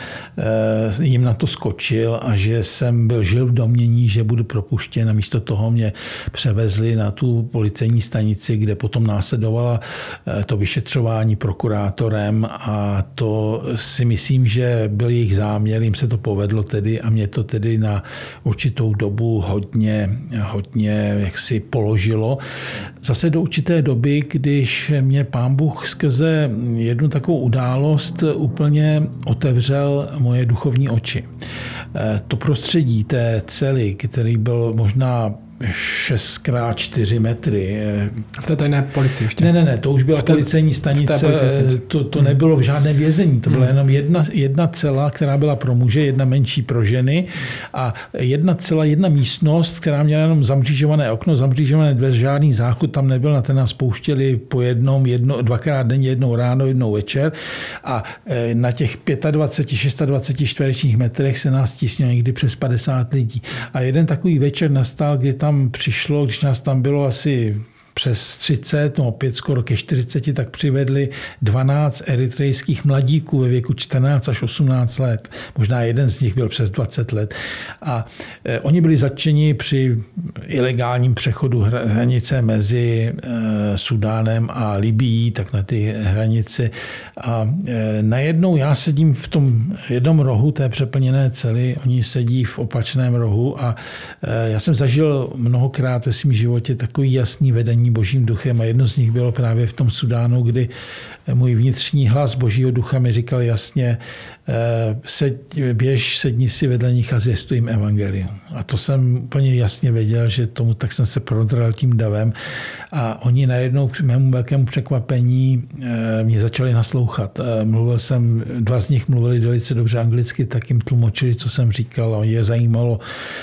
jim na to skočil a že jsem byl žil v domnění, že budu propuštěn a místo toho mě převezli na tu policejní stanici, kde potom následovala to vyšetřování prokurátorem a to si myslím, že byl jejich záměr, jim se to povedlo tedy a mě to tedy na určitou dobu hodně, hodně jaksi položilo. Zase do určité doby, když mě Pán Bůh skrze jednu takovou událost úplně otevřel moje duchovní oči. To prostředí té cely, který byl možná šest krát čtyři metry. V té tajné policii ještě? Ne, ne, ne, to už byla té, policejní stanice, to, to nebylo v žádném vězení, to byla jenom jedna, jedna cela, která byla pro muže, jedna menší pro ženy a jedna cela, jedna místnost, která měla jenom zamřížované okno, zamřížované dveře, žádný záchod tam nebyl, na ten nás pouštěli po jednom, jedno, dvakrát denně, jednou ráno, jednou večer a na těch dvacet pět, dvacet šest čtverečních metrech se nás tisnilo někdy přes padesát lidí. A jeden takový večer nastal, kdy tam přišlo, když nás tam bylo asi přes třicet, no opět skoro ke čtyřiceti, tak přivedli dvanáct eritrejských mladíků ve věku čtrnáct až osmnáct let. Možná jeden z nich byl přes dvacet let. A eh, oni byli zatčeni při ilegálním přechodu hranice mezi eh, Sudánem a Libyí, tak na ty hranici. A eh, najednou já sedím v tom jednom rohu té přeplněné cely, oni sedí v opačném rohu a eh, já jsem zažil mnohokrát ve svém životě takový jasný vedení Božím duchem a jedno z nich bylo právě v tom Sudánu, kdy můj vnitřní hlas Božího ducha mi říkal jasně, seď, běž, sedni si vedle nich a zvěstuj jim evangelium. A to jsem úplně jasně věděl, že tomu tak jsem se prodral tím davem a oni najednou k mému velkému překvapení mě začali naslouchat. Mluvil jsem, dva z nich mluvili velice dobře anglicky, tak jim tlumočili, co jsem říkal a je zajímalo,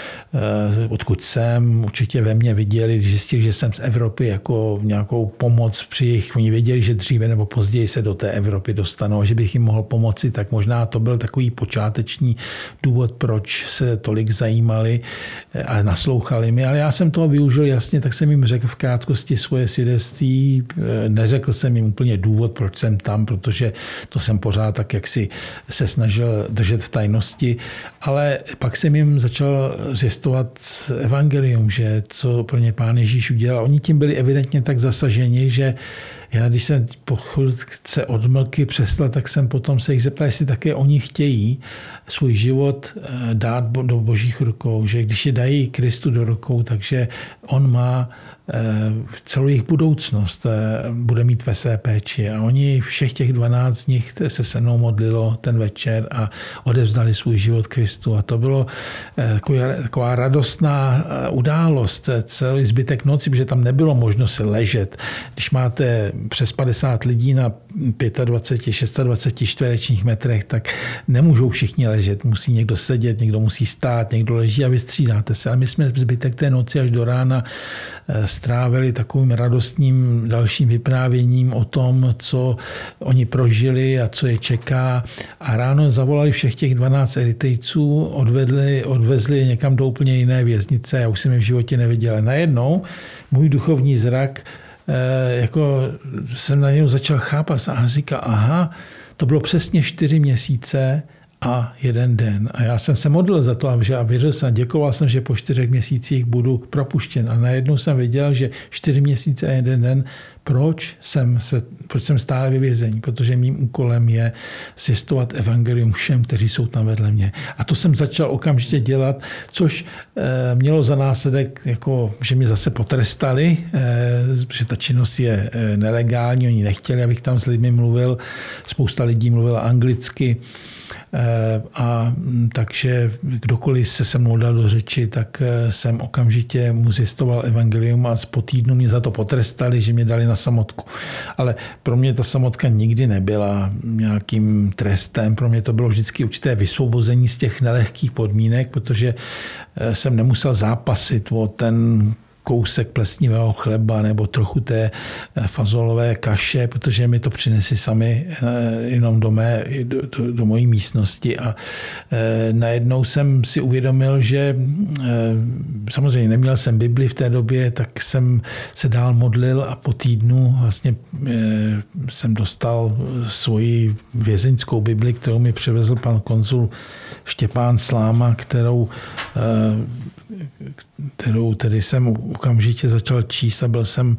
odkud jsem, určitě ve mně viděli, když zjistili, že jsem z Evropy, jako nějakou pomoc při jejich, oni věděli, že dříve nebo později se do té Evropy dostanou, že bych jim mohl pomoci, tak možná to byl takový počáteční důvod, proč se tolik zajímali a naslouchali mi, ale já jsem toho využil jasně, tak jsem jim řekl v krátkosti svoje svědectví, neřekl jsem jim úplně důvod, proč jsem tam, protože to jsem pořád tak, jak si se snažil držet v tajnosti, ale pak jsem jim začal zjistovat evangelium, že co pro ně Pán Ježíš udělal. Oni tím byli evidentně tak zasaženi, že já, když jsem po chvilce od mlky přestal, tak jsem potom se jich zeptal, jestli také oni chtějí svůj život dát do Božích rukou, že když je dají Kristu do rukou, takže on má celou jejich budoucnost bude mít ve své péči. A oni, všech těch dvanáct z nich se se mnou modlilo ten večer a odevzdali svůj život Kristu. A to bylo taková, taková radostná událost celý zbytek noci, protože tam nebylo možnost se ležet. Když máte přes padesát lidí na dvacet pět, dvacet šest čtverečních metrech, tak nemůžou všichni ležet. Musí někdo sedět, někdo musí stát, někdo leží a vystřídáte se. Ale my jsme zbytek té noci až do rána strávili takovým radostným dalším vyprávěním o tom, co oni prožili a co je čeká. A ráno zavolali všech těch dvanáct Eritrejců, odvedli, odvezli je někam do úplně jiné věznice. Já už jsem je v životě neviděl. A najednou můj duchovní zrak, jako jsem na něj začal chápat a říká, aha, to bylo přesně čtyři měsíce a jeden den. A já jsem se modlil za to a věřil jsem, děkoval jsem, že po čtyřech měsících budu propuštěn. A najednou jsem věděl, že čtyři měsíce a jeden den, proč jsem, se, proč jsem stále ve vězení? Protože mým úkolem je zjistovat evangelium všem, kteří jsou tam vedle mě. A to jsem začal okamžitě dělat, což e, mělo za následek, jako, že mě zase potrestali, e, protože ta činnost je e, nelegální, oni nechtěli, abych tam s lidmi mluvil. Spousta lidí mluvila anglicky. A takže kdokoliv se se mnou dal do řeči, tak jsem okamžitě mu zjistoval evangelium a po týdnu mě za to potrestali, že mě dali na samotku. Ale pro mě ta samotka nikdy nebyla nějakým trestem, pro mě to bylo vždycky určité vysvobození z těch nelehkých podmínek, protože jsem nemusel zápasit o ten kousek plesnivého chleba nebo trochu té fazolové kaše, protože mi to přinesli sami jenom do, mé, do, do, do mojí místnosti. A e, najednou jsem si uvědomil, že e, samozřejmě neměl jsem Bibli v té době, tak jsem se dál modlil a po týdnu vlastně e, jsem dostal svoji vězeňskou Bibli, kterou mi přivezl pan konzul Štěpán Sláma, kterou e, kterou tedy jsem okamžitě začal číst a byl jsem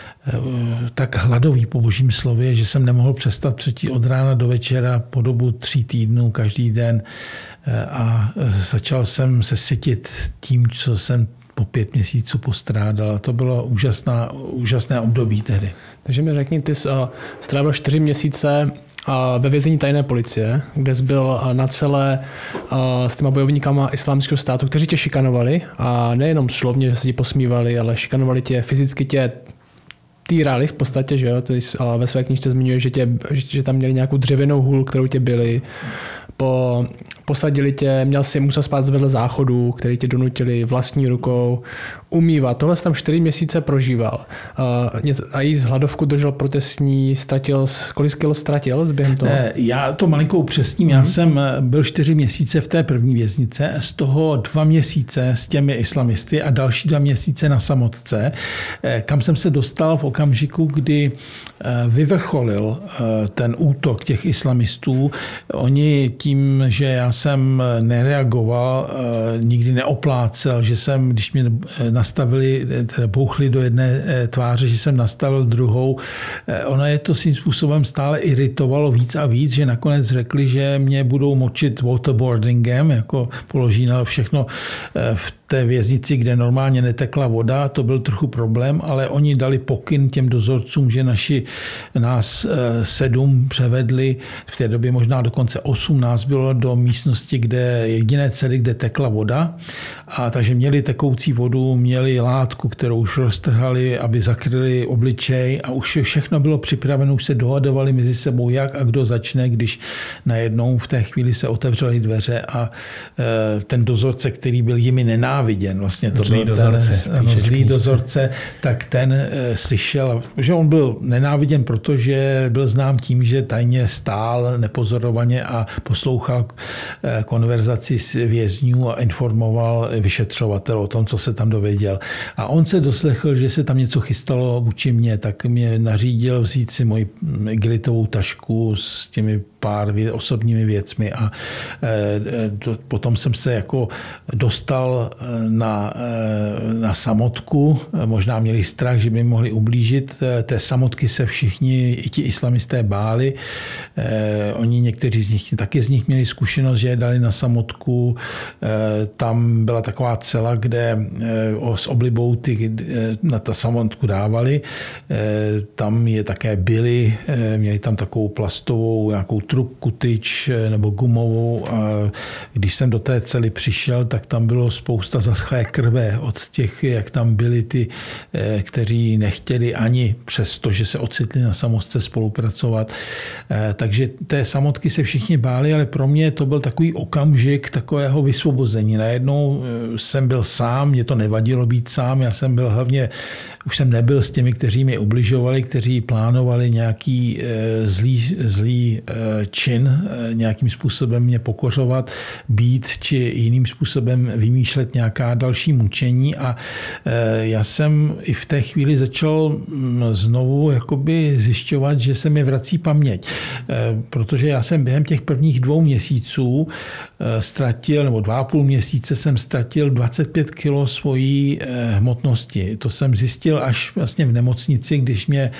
tak hladový po Božím slově, že jsem nemohl přestat přečíst od rána do večera po dobu tří týdnů každý den a začal jsem se sytit tím, co jsem po pět měsíců postrádal. A to bylo úžasná, úžasné období tehdy. Takže mi řekni, ty jsi strávil čtyři měsíce ve vězení tajné policie, kde jsi byl na celé s těma bojovníkama islámského státu, kteří tě šikanovali a nejenom slovně, že se ti posmívali, ale šikanovali tě, fyzicky tě týrali v podstatě, že jo, ty ve své knížce zmiňuješ, že, tě, že tam měli nějakou dřevěnou hůl, kterou tě byli, po, posadili tě, měl si, musel spát vedle záchodu, který tě donutili vlastní rukou umývat. Tohle jsi tam čtyři měsíce prožíval. A jí z hladovku držel protestní, ztratil, kolik kilo ztratil během toho? Já to malinko upřesním. Mm-hmm. Já jsem byl čtyři měsíce v té první věznice, z toho dva měsíce s těmi islamisty a další dva měsíce na samotce, kam jsem se dostal v okamžiku, kdy vyvrcholil ten útok těch islamistů. Oni tím, že já jsem nereagoval, nikdy neoplácel, že jsem, když mě nastavili, teda bouchli do jedné tváře, že jsem nastavil druhou, ona je to svým způsobem stále iritovalo víc a víc, že nakonec řekli, že mě budou močit waterboardingem, jako položí na všechno v té věznici, kde normálně netekla voda, to byl trochu problém, ale oni dali pokyn těm dozorcům, že naši nás sedm převedli, v té době možná dokonce osm nás bylo do místnosti, kde jediné cely, kde tekla voda, a takže měli tekoucí vodu, měli látku, kterou už roztrhali, aby zakryli obličej a už všechno bylo připraveno, už se dohadovali mezi sebou, jak a kdo začne, když najednou v té chvíli se otevřely dveře a ten dozorce, který byl jimi nenáviděn, vlastně to zlý byl dozorce, ten, ano, zlý dozorce, tak ten e, slyšel, že on byl nenáviděn, protože byl znám tím, že tajně stál nepozorovaně a poslouchal e, konverzaci s vězňů a informoval vyšetřovatel o tom, co se tam dověděl. A on se doslechl, že se tam něco chystalo vůči mně, tak mě nařídil vzít si moji igelitovou tašku s těmi pár osobními věcmi a e, to, potom jsem se jako dostal na, na samotku. Možná měli strach, že by mohli ublížit. Té samotky se všichni, i ti islamisté báli. E, oni někteří z nich, taky z nich měli zkušenost, že je dali na samotku. E, tam byla taková cela, kde e, s oblibou ty, e, na ta samotku dávali. E, tam je také byli, e, měli tam takovou plastovou nějakou trubku, tyč nebo gumovou. A když jsem do té cely přišel, tak tam bylo spousta zaschlé krve od těch, jak tam byli ty, kteří nechtěli ani přesto, že se ocitli na samotce spolupracovat. Takže té samotky se všichni báli, ale pro mě to byl takový okamžik takového vysvobození. Najednou jsem byl sám, mě to nevadilo být sám, já jsem byl hlavně, už jsem nebyl s těmi, kteří mi ubližovali, kteří plánovali nějaký zlý, zlý čin, nějakým způsobem mě pokořovat, být či jiným způsobem vymýšlet nějaká další mučení a já jsem i v té chvíli začal znovu jakoby zjišťovat, že se mi vrací paměť, protože já jsem během těch prvních dvou měsíců ztratil, nebo dva a půl měsíce jsem ztratil dvacet pět kilo svojí hmotnosti. To jsem zjistil až vlastně v nemocnici, když mě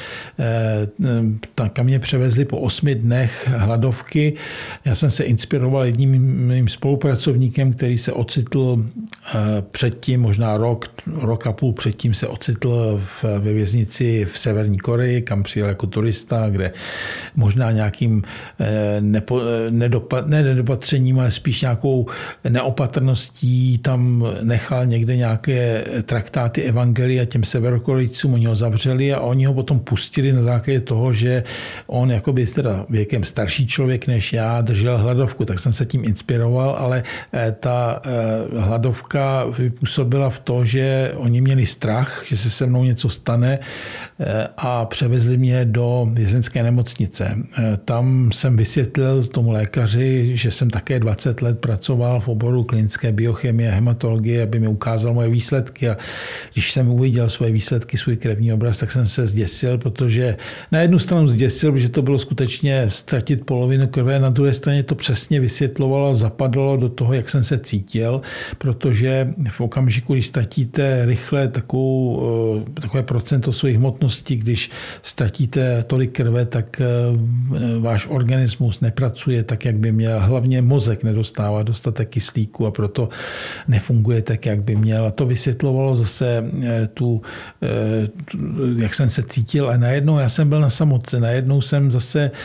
tam mě převezli po osmi dnech hladovky. Já jsem se inspiroval jedním mým spolupracovníkem, který se ocitl předtím, možná rok, rok a půl předtím se ocitl ve věznici v Severní Koreji, kam přijel jako turista, kde možná nějakým nepo, nedopa, ne nedopatřením, ale spíš nějakou neopatrností tam nechal někde nějaké traktáty evangelia těm Severokorejcům, oni ho zavřeli a oni ho potom pustili na základě toho, že on jakoby teda věkem starší člověk než já držel hladovku, tak jsem se tím inspiroval, ale ta hladovka vypůsobila v to, že oni měli strach, že se se mnou něco stane a převezli mě do vězenské nemocnice. Tam jsem vysvětlil tomu lékaři, že jsem také dvacet let pracoval v oboru klinické biochemie a hematologie, aby mi ukázal moje výsledky a když jsem uviděl svoje výsledky, svůj krevní obraz, tak jsem se zděsil, protože na jednu stranu zděsil, že to bylo skutečně ztratit polovinu krve, na druhé straně to přesně vysvětlovalo, zapadlo do toho, jak jsem se cítil, protože v okamžiku, když ztratíte rychle takovou, takové procento svých hmotností, když ztratíte tolik krve, tak váš organismus nepracuje tak, jak by měl. Hlavně mozek nedostává dostatek kyslíku a proto nefunguje tak, jak by měl. A to vysvětlovalo zase tu, jak jsem se cítil a najednou já jsem byl na samotce. Najednou jsem zase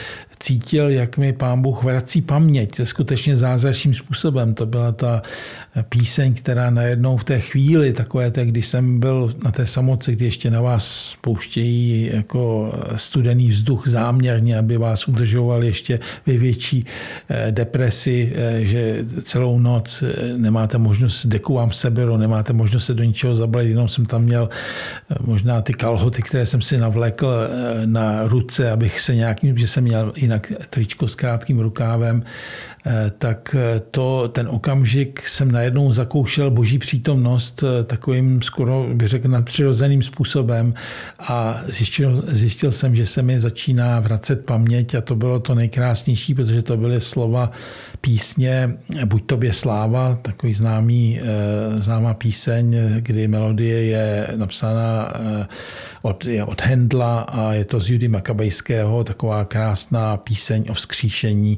cítil, jak mi Pán Bůh vrací paměť. To je skutečně zázračným způsobem. To byla ta píseň, která najednou v té chvíli, takové té, když jsem byl na té samotce, kdy ještě na vás pouštějí jako studený vzduch záměrně, aby vás udržoval ještě ve větší depresi, že celou noc nemáte možnost, deku vám seberou, nemáte možnost se do ničeho zabalit, jenom jsem tam měl možná ty kalhoty, které jsem si navlékl na ruce, abych se nějakým, že jsem měl jinak tričko s krátkým rukávem, tak to, ten okamžik jsem najednou zakoušel Boží přítomnost takovým skoro, bych řekl, nadpřirozeným způsobem a zjistil, zjistil jsem, že se mi začíná vracet paměť a to bylo to nejkrásnější, protože to byly slova písně Buď tobě sláva, takový známý, známá píseň, kdy melodie je napsána od, je od Handla a je to z Judy Makabejského, taková krásná píseň o vzkříšení.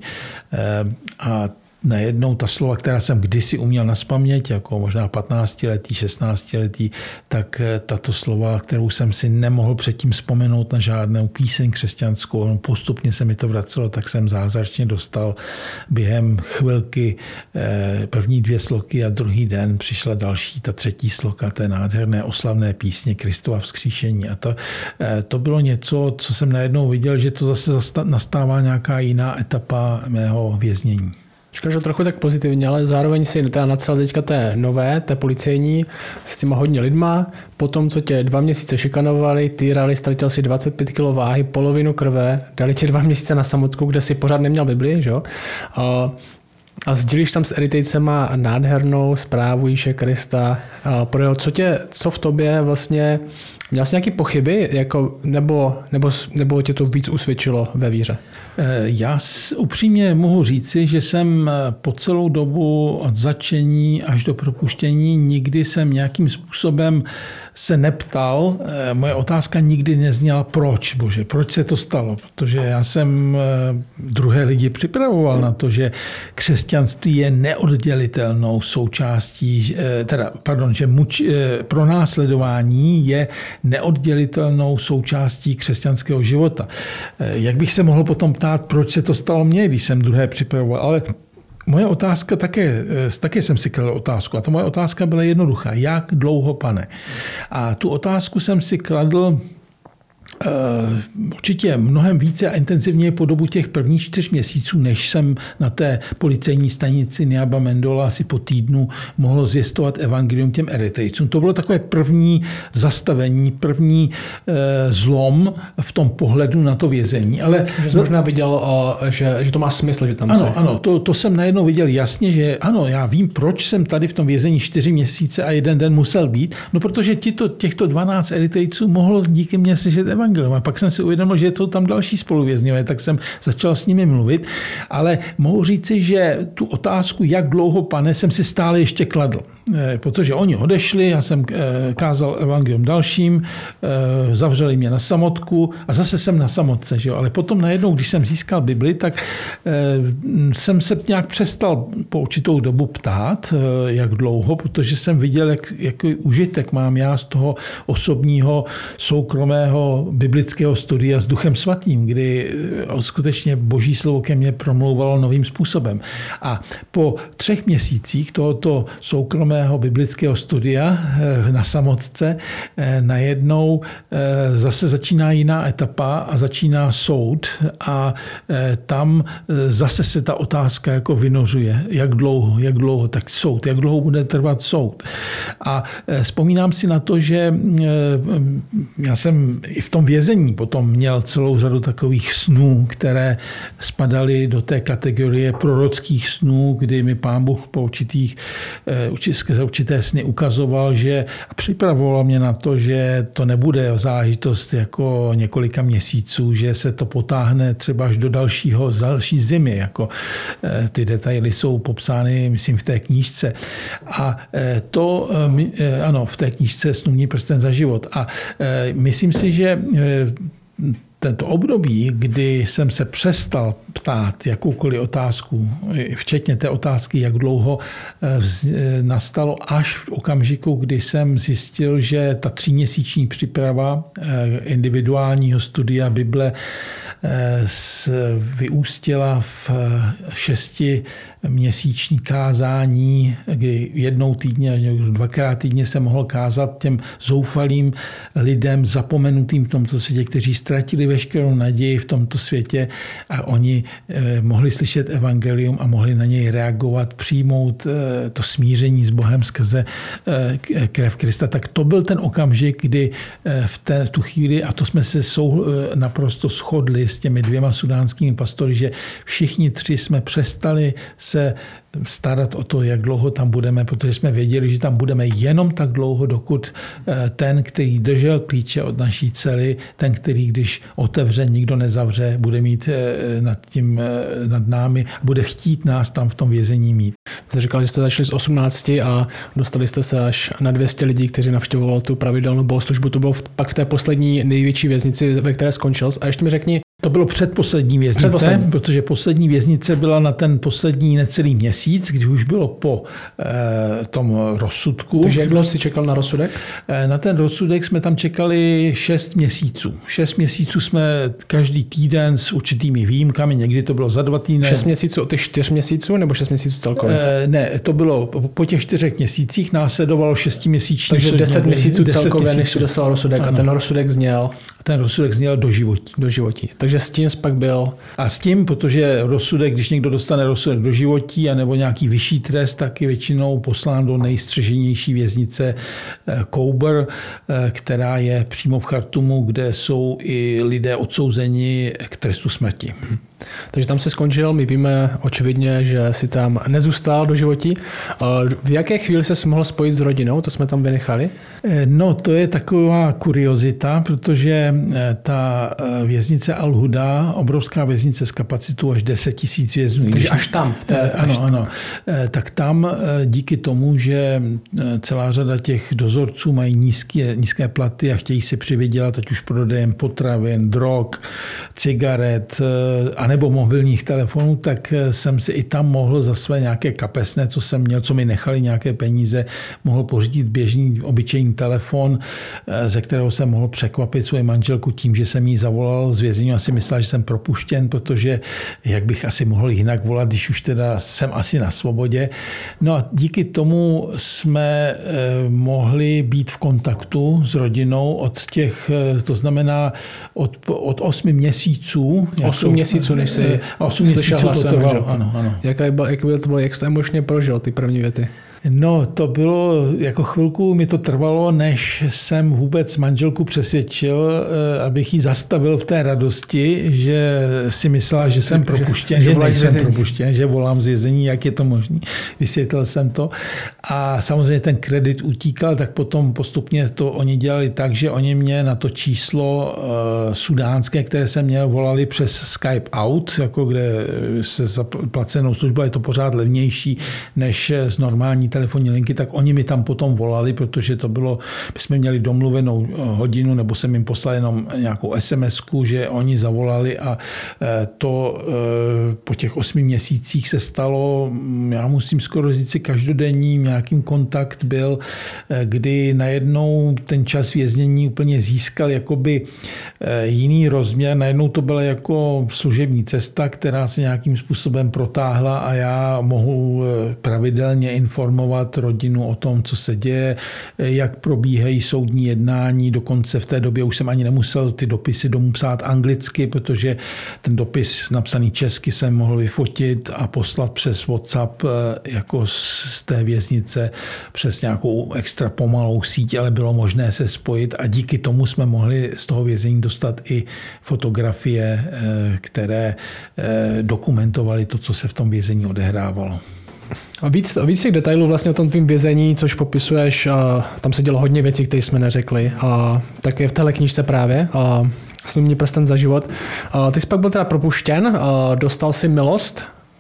A najednou ta slova, která jsem kdysi uměl nazpaměť, jako možná patnáctiletý, šestnáctiletý, tak tato slova, kterou jsem si nemohl předtím vzpomenout na žádnou píseň křesťanskou, postupně se mi to vracelo, tak jsem zázračně dostal během chvilky první dvě sloky a druhý den přišla další, ta třetí sloka té nádherné oslavné písně Kristova vzkříšení. A to, to bylo něco, co jsem najednou viděl, že to zase nastává nějaká jiná etapa mého věznění. Říkám, že trochu tak pozitivně, ale zároveň si teda nacel teďka té nové, té policejní, s těma hodně lidma. Potom, co tě dva měsíce šikanovali, týrali, ztratil si dvacet pět kilo váhy, polovinu krve, dali tě dva měsíce na samotku, kde si pořád neměl Bibli, že jo? A, a sdílíš tam s Eritejcema nádhernou zprávu Ježíše Krista. A pro jeho, co, tě, co v tobě vlastně, měl jsi nějaké pochyby, jako, nebo, nebo, nebo tě to víc usvědčilo ve víře? Já upřímně mohu říci, že jsem po celou dobu od začení až do propuštění nikdy jsem nějakým způsobem se neptal. Moje otázka nikdy nezněla proč, bože, proč se to stalo? Protože já jsem druhé lidi připravoval na to, že křesťanství je neoddělitelnou součástí, teda, pardon, že muč, pronásledování je neoddělitelnou součástí křesťanského života. Jak bych se mohl potom ptát, proč se to stalo mně, když jsem druhé připravoval, ale moje otázka také, také jsem si kladl otázku a ta moje otázka byla jednoduchá. Jak dlouho, Pane? A tu otázku jsem si kladl určitě mnohem více a intenzivněji po dobu těch prvních čtyř měsíců, než jsem na té policejní stanici Niaba Mendola asi po týdnu mohl zvěstovat evangelium těm Eritejcům. To bylo takové první zastavení, první zlom v tom pohledu na to vězení. Ale že jsi možná viděl, že, že to má smysl, že tam ano, se... Ano, to, to jsem najednou viděl jasně, že ano, já vím, proč jsem tady v tom vězení čtyři měsíce a jeden den musel být. No, protože tito, těchto dvanáct Eritejců mohlo díky mně slyšet evangelium. A pak jsem si uvědomil, že jsou tam další spoluvězňové, tak jsem začal s nimi mluvit. Ale mohu říci, že tu otázku, jak dlouho, Pane, jsem si stále ještě kladl. Protože oni odešli, já jsem kázal evangelium dalším, zavřeli mě na samotku a zase jsem na samotce. Že jo? Ale potom najednou, když jsem získal Bibli, tak jsem se nějak přestal po určitou dobu ptát, jak dlouho, protože jsem viděl, jak, jaký užitek mám já z toho osobního, soukromého biblického studia s Duchem Svatým, kdy skutečně Boží slovo ke mně promlouvalo novým způsobem. A po třech měsících tohoto soukromého biblického studia na samotce najednou zase začíná jiná etapa a začíná soud a tam zase se ta otázka jako vynořuje. Jak dlouho, jak dlouho, tak soud, jak dlouho bude trvat soud. A vzpomínám si na to, že já jsem i v tom vězení potom měl celou řadu takových snů, které spadaly do té kategorie prorockých snů, kdy mi Pán Bůh po určitých skrze určité sny ukazoval, že a připravoval mě na to, že to nebude záležitost jako několika měsíců, že se to potáhne třeba až do dalšího, další zimy, jako ty detaily jsou popsány, myslím, v té knížce. A to, ano, v té knížce Snůvní prsten za život. A myslím si, že tento období, kdy jsem se přestal ptát jakoukoliv otázku, včetně té otázky, jak dlouho nastalo až v okamžiku, kdy jsem zjistil, že ta tříměsíční příprava individuálního studia Bible vyústila v šesti měsíční kázání, kdy jednou týdně až dvakrát týdně jsem mohl kázat těm zoufalým lidem zapomenutým v tomto světě, kteří ztratili veškerou naději v tomto světě a oni mohli slyšet evangelium a mohli na něj reagovat, přijmout to smíření s Bohem skrze krev Krista. Tak to byl ten okamžik, kdy v, té, v tu chvíli, a to jsme se sou, naprosto shodli s těmi dvěma sudánskými pastory, že všichni tři jsme přestali se starat o to, jak dlouho tam budeme, protože jsme věděli, že tam budeme jenom tak dlouho, dokud ten, který držel klíče od naší cely, ten, který, když otevře, nikdo nezavře, bude mít nad tím, nad námi, bude chtít nás tam v tom vězení mít. Jste říkal, že jste začali z osmnácti a dostali jste se až na dvě stě lidí, kteří navštěvovali tu pravidelnou bohoslužbu. To bylo pak v té poslední největší věznici, ve které skončil. A ještě mi řekni, to bylo předposlední věznice, předposlední. Protože poslední věznice byla na ten poslední necelý měsíc, když už bylo po e, tom rozsudku. Takže jak dlouho jsi čekal na rozsudek? E, na ten rozsudek jsme tam čekali šest měsíců. Šest měsíců jsme každý týden s určitými výjimkami, někdy to bylo za dva týdny. Šest měsíců od těch čtyř měsíců nebo šest měsíců celkově? E, ne, to bylo po těch čtyřech měsících následovalo šestiměsíční. Takže deset měsíců celkově, než si dostal rozsudek. Ano. A ten rozsudek zněl? Ten rozsudek zněl doživotí. Doživotí. Takže s tím pak byl... A s tím, protože rozsudek, když někdo dostane rozsudek doživotí anebo nějaký vyšší trest, tak je většinou poslán do nejstřeženější věznice Kouber, která je přímo v Chartumu, kde jsou i lidé odsouzeni k trestu smrti. Takže tam se skončil, my víme očividně, že si tam nezůstal do životí. V jaké chvíli se mohl spojit s rodinou? To jsme tam vynechali. No, to je taková kuriozita, protože ta věznice Al-Huda, obrovská věznice s kapacitou až deset tisíc vězňů. Takže až tam. V té, ano, až ano. Tak tam díky tomu, že celá řada těch dozorců mají nízké, nízké platy a chtějí si přivydělat, ať už prodejem potravin, drog, cigaret, anebo mobilních telefonů, tak jsem si i tam mohl za své nějaké kapesné, co jsem měl, co mi nechali nějaké peníze, mohl pořídit běžný, obyčejný telefon, ze kterého jsem mohl překvapit svoji manželku tím, že jsem jí zavolal z vězení a si myslel, že jsem propuštěn, protože jak bych asi mohl jinak volat, když už teda jsem asi na svobodě. No a díky tomu jsme mohli být v kontaktu s rodinou od těch, to znamená od, od osmi měsíců. Osm měsíců, než jsi slyšel hlas svého manželku. Ano, ano. Jak, jak, byl to, jak jsi to emočně prožil, ty první věty? No, to bylo, jako chvilku mi to trvalo, než jsem vůbec manželku přesvědčil, abych ji zastavil v té radosti, že si myslela, že jsem propuštěn, že, že nejsem propuštěn, že volám z vězení, jak je to možné. Vysvětlil jsem to. A samozřejmě ten kredit utíkal, tak potom postupně to oni dělali tak, že oni mě na to číslo uh, sudánské, které jsem měl, volali přes Skype Out, jako kde se zaplacenou služba je to pořád levnější než z normální telefonní linky, tak oni mi tam potom volali, protože to bylo, my jsme měli domluvenou hodinu, nebo jsem jim poslal jenom nějakou SMSku, že oni zavolali a to po těch osmi měsících se stalo, já musím skoro říct si každodenní nějakým kontakt byl, kdy najednou ten čas věznění úplně získal jakoby jiný rozměr, najednou to byla jako služební cesta, která se nějakým způsobem protáhla a já mohu pravidelně informovat rodinu o tom, co se děje, jak probíhají soudní jednání. Dokonce v té době už jsem ani nemusel ty dopisy domů psát anglicky, protože ten dopis napsaný česky jsem mohl vyfotit a poslat přes WhatsApp jako z té věznice přes nějakou extra pomalou síť, ale bylo možné se spojit a díky tomu jsme mohli z toho vězení dostat i fotografie, které dokumentovaly to, co se v tom vězení odehrávalo. A víc, víc těch detailů vlastně o tom tvým vězení, což popisuješ, a tam se dělo hodně věcí, které jsme neřekli. A také v téhle knížce právě. A Snubní prsten za život. A ty jsi pak byl teda propuštěn, a dostal si milost.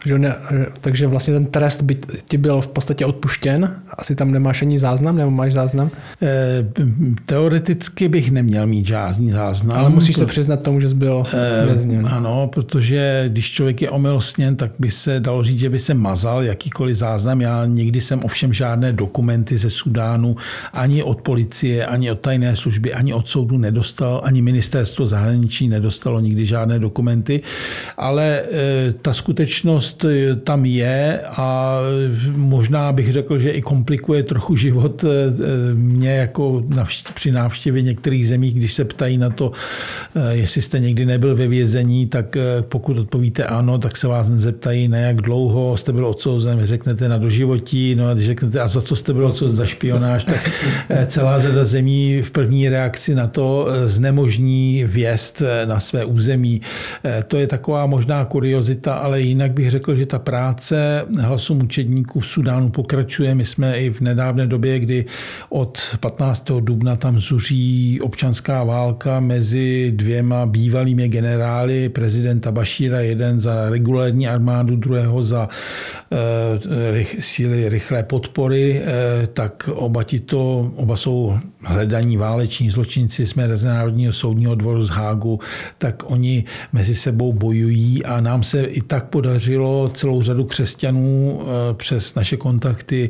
Že ne, takže vlastně ten trest by ti byl v podstatě odpuštěn. Asi tam nemáš ani záznam, nebo máš záznam? E, teoreticky bych neměl mít žádný záznam. Ale musíš se přiznat tomu, že jsi byl vězněn. E, ano, protože když člověk je omilostněn, tak by se dalo říct, že by se mazal jakýkoliv záznam. Já nikdy jsem ovšem žádné dokumenty ze Súdánu ani od policie, ani od tajné služby, ani od soudu nedostal, ani ministerstvo zahraničí nedostalo nikdy žádné dokumenty. Ale e, ta skutečnost tam je a možná bych řekl, že i komplikuje trochu život mě jako při návštěvě některých zemí, když se ptají na to, jestli jste někdy nebyl ve vězení, tak pokud odpovíte ano, tak se vás nezeptají, na jak dlouho jste byl odsouzen, vy řeknete na doživotí, no a když řeknete, a za co jste byl odsouzen, za špionáž, tak celá řada zemí v první reakci na to znemožní vjezd na své území. To je taková možná kuriozita, ale jinak bych řekl, že ta práce Hlasu mučedníků v Súdánu pokračuje. My jsme i v nedávné době, kdy od patnáctého dubna tam zuří občanská válka mezi dvěma bývalými generály prezidenta Bašíra, jeden za regulární armádu, druhého za uh, síly rychlé podpory, uh, tak oba, tito, oba jsou hledaní váleční zločinci z Mezinárodního soudního dvoru z Hágu, tak oni mezi sebou bojují a nám se i tak podařilo celou řadu křesťanů přes naše kontakty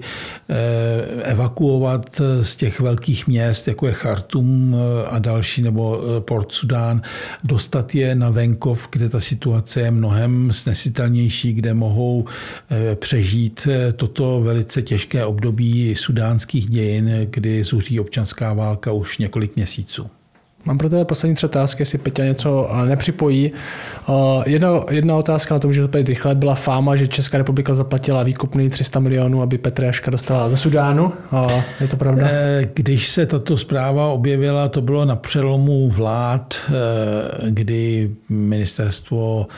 evakuovat z těch velkých měst, jako je Chartum a další, nebo Port Sudán, dostat je na venkov, kde ta situace je mnohem snesitelnější, kde mohou přežít toto velice těžké období sudánských dějin, kdy zuří občanská válka už několik měsíců. Mám pro tebe poslední tři otázky, jestli Peťa něco nepřipojí. Jedna, jedna otázka na to, může to být rychle. Byla fáma, že Česká republika zaplatila výkupný tři sta milionů, aby Petra Jaška dostala ze Súdánu. Je to pravda? Když se tato zpráva objevila, to bylo na přelomu vlád, kdy ministerstvo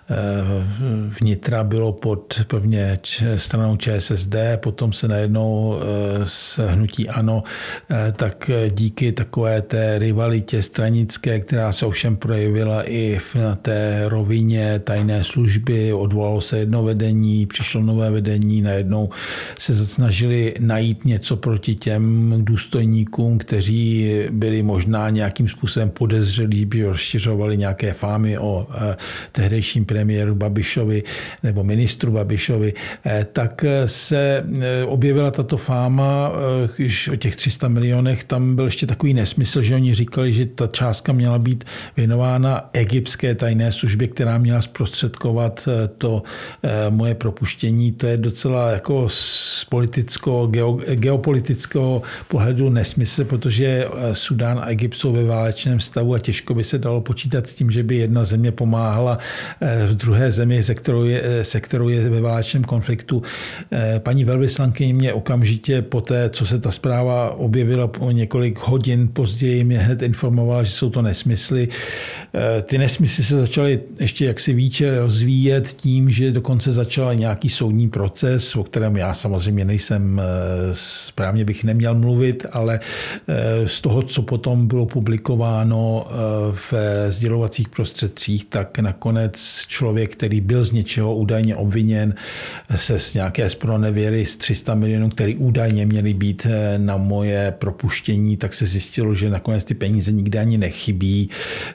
vnitra bylo pod prvně stranou ČSSD, potom se najednou s hnutí ANO, tak díky takové té rivalitě stranické, která se ovšem projevila i na té rovině tajné služby. Odvolalo se jedno vedení, přišlo nové vedení, najednou se snažili najít něco proti těm důstojníkům, kteří byli možná nějakým způsobem podezřelí, by rozšiřovali nějaké fámy o tehdejším premiéru Babišovi nebo ministru Babišovi. Tak se objevila tato fáma, když o těch tři sta milionech, tam byl ještě takový nesmysl, že oni říkali, že ta částka měla být věnována egyptské tajné službě, která měla zprostředkovat to moje propuštění. To je docela jako z politicko, geopolitického pohledu nesmysl, protože Súdán a Egypt jsou ve válečném stavu a těžko by se dalo počítat s tím, že by jedna země pomáhala v druhé zemi, se kterou je, se kterou je ve válečném konfliktu. Paní velvyslankyně mě okamžitě po té, co se ta zpráva objevila po několik hodin později, mě hned informovala, že jsou to nesmysly. Ty nesmysly se začaly ještě jaksi více rozvíjet tím, že dokonce začal nějaký soudní proces, o kterém já samozřejmě nejsem, správně bych neměl mluvit, ale z toho, co potom bylo publikováno v sdělovacích prostředcích, tak nakonec člověk, který byl z něčeho údajně obviněn, se z nějaké zpronevěry z tři sta milionů, který údajně měly být na moje propuštění, tak se zjistilo, že nakonec ty peníze nikde ani nechybí,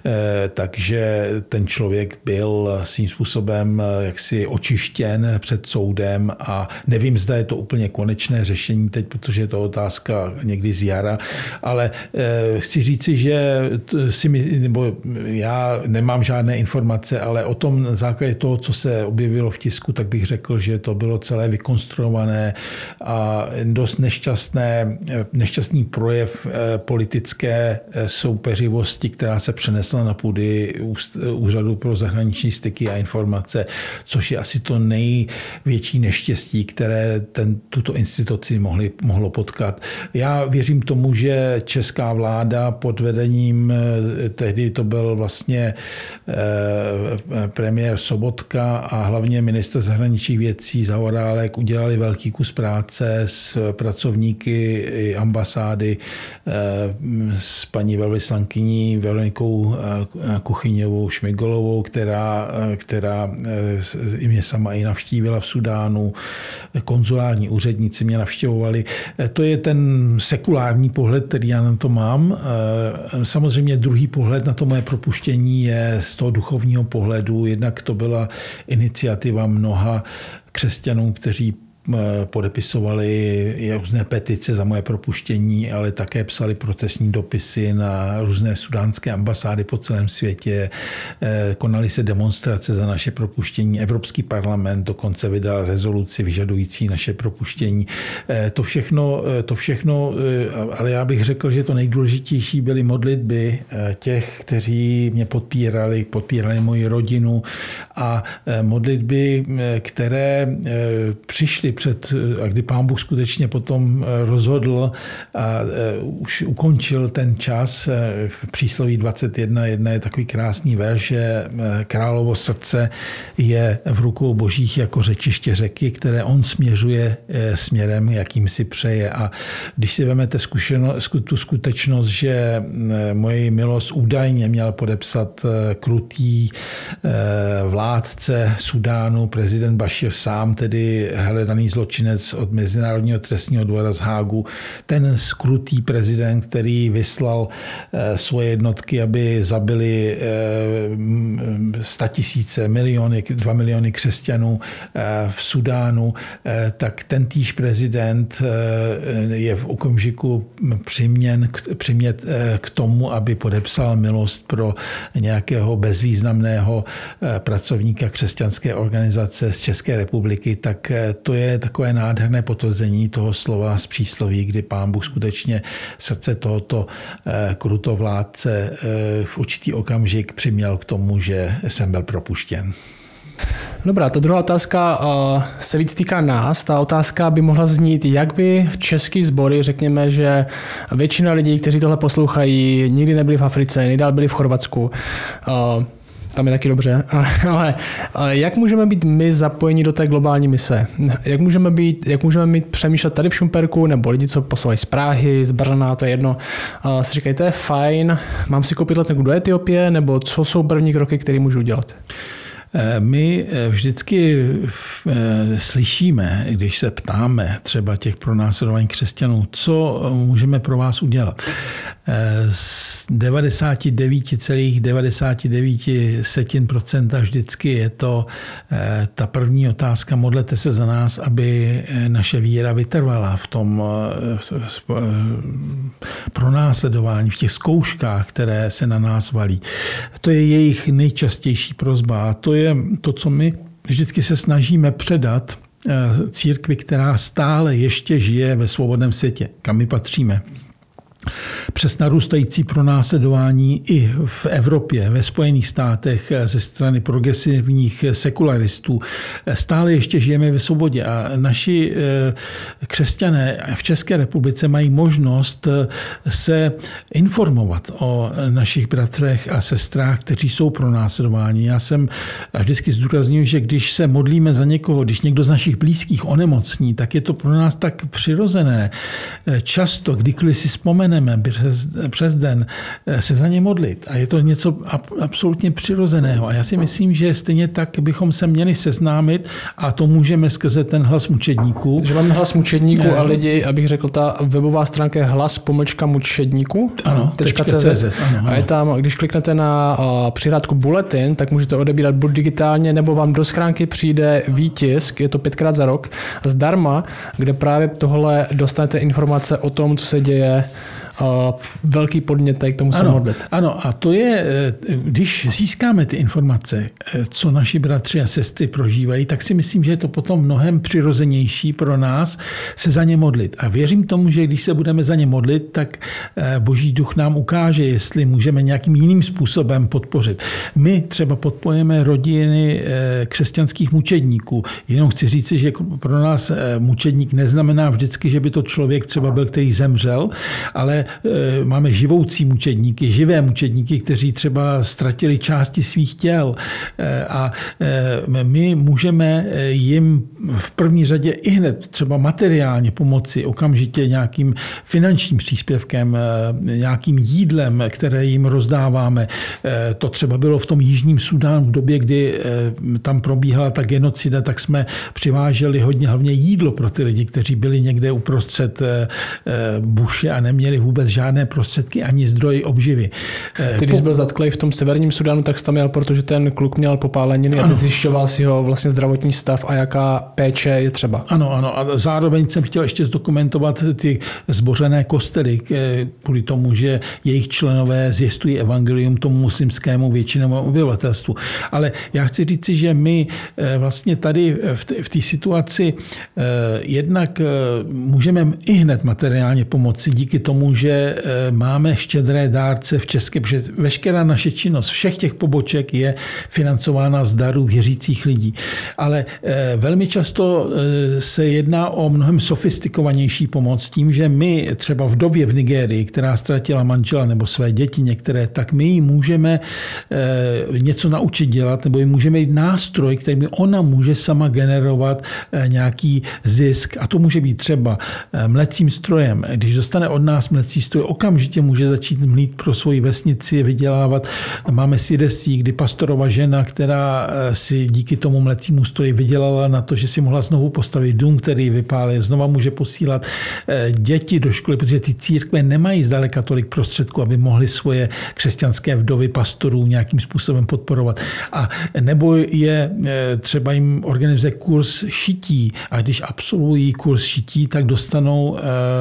takže ten člověk byl svým způsobem jaksi očištěn před soudem a nevím, zda je to úplně konečné řešení teď, protože je to otázka někdy z jara, ale chci říci, že si my, nebo já nemám žádné informace, ale o tom na základě toho, co se objevilo v tisku, tak bych řekl, že to bylo celé vykonstruované a dost nešťastné, nešťastný projev politické soupeřivosti, která se přenesla na půdy Úřadu pro zahraniční styky a informace, což je asi to největší neštěstí, které ten, tuto instituci mohli, mohlo potkat. Já věřím tomu, že česká vláda pod vedením, tehdy to byl vlastně premiér Sobotka a hlavně ministr zahraničních věcí Zaorálek udělali velký kus práce s pracovníky ambasády, s paní velvyslankyní velvyslankyní Veronikou Kuchyňovou Šmigolovou, která, která mě sama i navštívila v Sudánu. Konzulární úředníci mě navštěvovali. To je ten sekulární pohled, který já na to mám. Samozřejmě druhý pohled na to moje propuštění je z toho duchovního pohledu. Jednak to byla iniciativa mnoha křesťanů, kteří podepisovali různé petice za moje propuštění, ale také psali protestní dopisy na různé sudánské ambasády po celém světě. Konaly se demonstrace za naše propuštění. Evropský parlament dokonce vydal rezoluci vyžadující naše propuštění. To všechno, to všechno, ale já bych řekl, že to nejdůležitější byly modlitby těch, kteří mě podpírali, podpírali moji rodinu a modlitby, které přišly před, a kdy Pán Bůh skutečně potom rozhodl a už ukončil ten čas. V přísloví dvacet jedna jedna je takový krásný verš, že královo srdce je v rukou božích jako řečiště řeky, které on směřuje směrem, jakým si přeje. A když si vezmete tu skutečnost, že moji milost údajně měl podepsat krutý vládce Sudánu, prezident Bašír sám, tedy hledaný zločinec od Mezinárodního trestního dvora z Hágu, ten skrutý prezident, který vyslal svoje jednotky, aby zabili statisíce, miliony, dva miliony křesťanů v Sudánu, tak tentýž prezident je v okamžiku přiměn, přimět k tomu, aby podepsal milost pro nějakého bezvýznamného pracovníka křesťanské organizace z České republiky, tak to je takové nádherné potvrzení toho slova z přísloví, kdy Pán Bůh skutečně srdce tohoto krutovládce v určitý okamžik přiměl k tomu, že jsem byl propuštěn. Dobrá, ta druhá otázka se víc týká nás. Ta otázka by mohla znít, jak by český sbory, řekněme, že většina lidí, kteří tohle poslouchají, nikdy nebyli v Africe, nejdál byli v Chorvatsku, tam je taky dobře, ale jak můžeme být my zapojeni do té globální mise? Jak můžeme být, jak můžeme mít přemýšlet tady v Šumperku, nebo lidi, co poslouchají z Prahy, z Brna, to je jedno, si říkají, to je fajn, mám si koupit letenku do Etiopie, nebo co jsou první kroky, které můžu udělat? My vždycky slyšíme, když se ptáme třeba těch pronásledovaných křesťanů, co můžeme pro vás udělat. Z devadesát devět celá devadesát devět procent vždycky je to ta první otázka, modlete se za nás, aby naše víra vytrvala v tom pronásledování, v těch zkouškách, které se na nás valí. To je jejich nejčastější prosba a to je to, co my vždycky se snažíme předat církvi, která stále ještě žije ve svobodném světě, kam my patříme. Přes narůstající pronásledování i v Evropě, ve Spojených státech ze strany progresivních sekularistů stále ještě žijeme ve svobodě a naši křesťané v České republice mají možnost se informovat o našich bratrech a sestrách, kteří jsou pronásledováni. Já jsem vždycky zdůrazňuji, že když se modlíme za někoho, když někdo z našich blízkých onemocní, tak je to pro nás tak přirozené. Často, kdykoliv si vzpomeneme přes, přes den, se za ně modlit. A je to něco absolutně přirozeného. A já si myslím, že stejně tak bychom se měli seznámit a to můžeme skrze ten hlas mučedníků. Že máme hlas mučedníků ne. A lidi, abych řekl, ta webová stránka je hlas pomlčka mučedníků. Ano, .cz. A je tam, když kliknete na uh, přihrádku bulletin, tak můžete odebírat buď digitálně, nebo vám do schránky přijde výtisk, je to pětkrát za rok, zdarma, kde právě tohle dostanete informace o tom, co se děje, velký podnětek k tomu se modlit. Ano, a to je, když získáme ty informace, co naši bratři a sestry prožívají, tak si myslím, že je to potom mnohem přirozenější pro nás se za ně modlit. A věřím tomu, že když se budeme za ně modlit, tak Boží duch nám ukáže, jestli můžeme nějakým jiným způsobem podpořit. My třeba podporujeme rodiny křesťanských mučedníků. Jenom chci říci, že pro nás mučedník neznamená vždycky, že by to člověk třeba byl, který zemřel, ale máme živoucí mučedníky, živé mučedníky, kteří třeba ztratili části svých těl a my můžeme jim v první řadě i hned třeba materiálně pomoci, okamžitě nějakým finančním příspěvkem, nějakým jídlem, které jim rozdáváme. To třeba bylo v tom Jižním Súdánu v době, kdy tam probíhala ta genocida, tak jsme přiváželi hodně hlavně jídlo pro ty lidi, kteří byli někde uprostřed buše a neměli vůbec žádné prostředky ani zdroj obživy. Ty, když byl zatklej v tom severním Sudánu, tak jsi tam jel, protože ten kluk měl popáleniny a ty zjišťoval si ho vlastně zdravotní stav a jaká péče je třeba. Ano, ano. A zároveň jsem chtěl ještě zdokumentovat ty zbořené kostely kvůli tomu, že jejich členové zjistují evangelium tomu muslimskému většinovému obyvatelstvu. Ale já chci říci, že my vlastně tady v té situaci jednak můžeme i hned materiálně pomoci díky tomu, že máme štědré dárce v České, protože veškerá naše činnost všech těch poboček je financována z darů věřících lidí. Ale velmi často se jedná o mnohem sofistikovanější pomoc tím, že my třeba vdově v Nigérii, která ztratila manžela nebo své děti některé, tak my jí můžeme něco naučit dělat, nebo jí můžeme jít nástroj, který ona může sama generovat nějaký zisk. A to může být třeba mlecím strojem. Když dostane od nás mlecí stroj, okamžitě může začít mlít pro svoji vesnici, vydělávat. Máme svědectví, kdy pastorova žena, která si díky tomu mlecímu stroji vydělala na to, že si mohla znovu postavit dům, který vypálil, znova může posílat děti do školy, protože ty církve nemají zdaleka tolik prostředků, aby mohly svoje křesťanské vdovy pastorů nějakým způsobem podporovat. A nebo je třeba jim organizuje kurz šití a když absolvují kurz šití, tak dostanou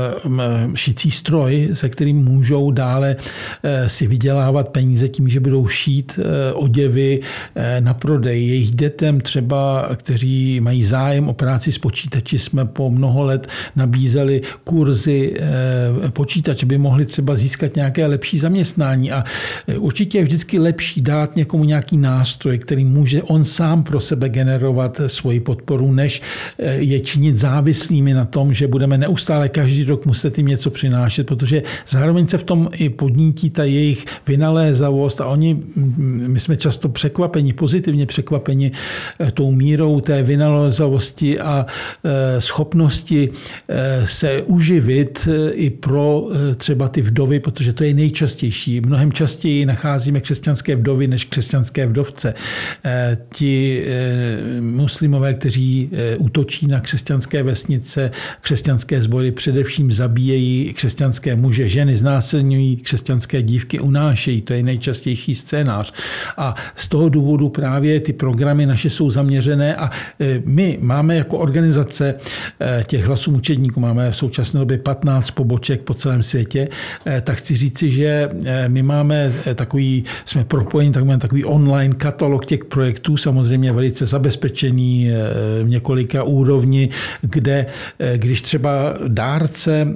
šicí stroj, se kterým můžou dále si vydělávat peníze tím, že budou šít oděvy na prodej. Jejich dětem třeba, kteří mají zájem o práci s počítači, jsme po mnoho let nabízeli kurzy počítače, by mohli třeba získat nějaké lepší zaměstnání. A určitě je vždycky lepší dát někomu nějaký nástroj, který může on sám pro sebe generovat svoji podporu, než je činit závislými na tom, že budeme neustále každý rok muset jim něco přinášet, protože zároveň se v tom i podnítí ta jejich vynalézavost a oni, my jsme často překvapeni, pozitivně překvapeni tou mírou té vynalézavosti a schopnosti se uživit i pro třeba ty vdovy, protože to je nejčastější. Mnohem častěji nacházíme křesťanské vdovy než křesťanské vdovce. Ti muslimové, kteří útočí na křesťanské vesnice, křesťanské sbory, především zabíjejí křesťanské muže, ženy znásilňují, křesťanské dívky unášejí. To je nejčastější scénář. A z toho důvodu právě ty programy naše jsou zaměřené a my máme jako organizace těch hlasů mučedníků, máme v současné době patnáct poboček po celém světě, tak chci říci, že my máme takový, jsme propojeni, tak máme takový online katalog těch projektů, samozřejmě velice zabezpečený v několika úrovni, kde když třeba dárce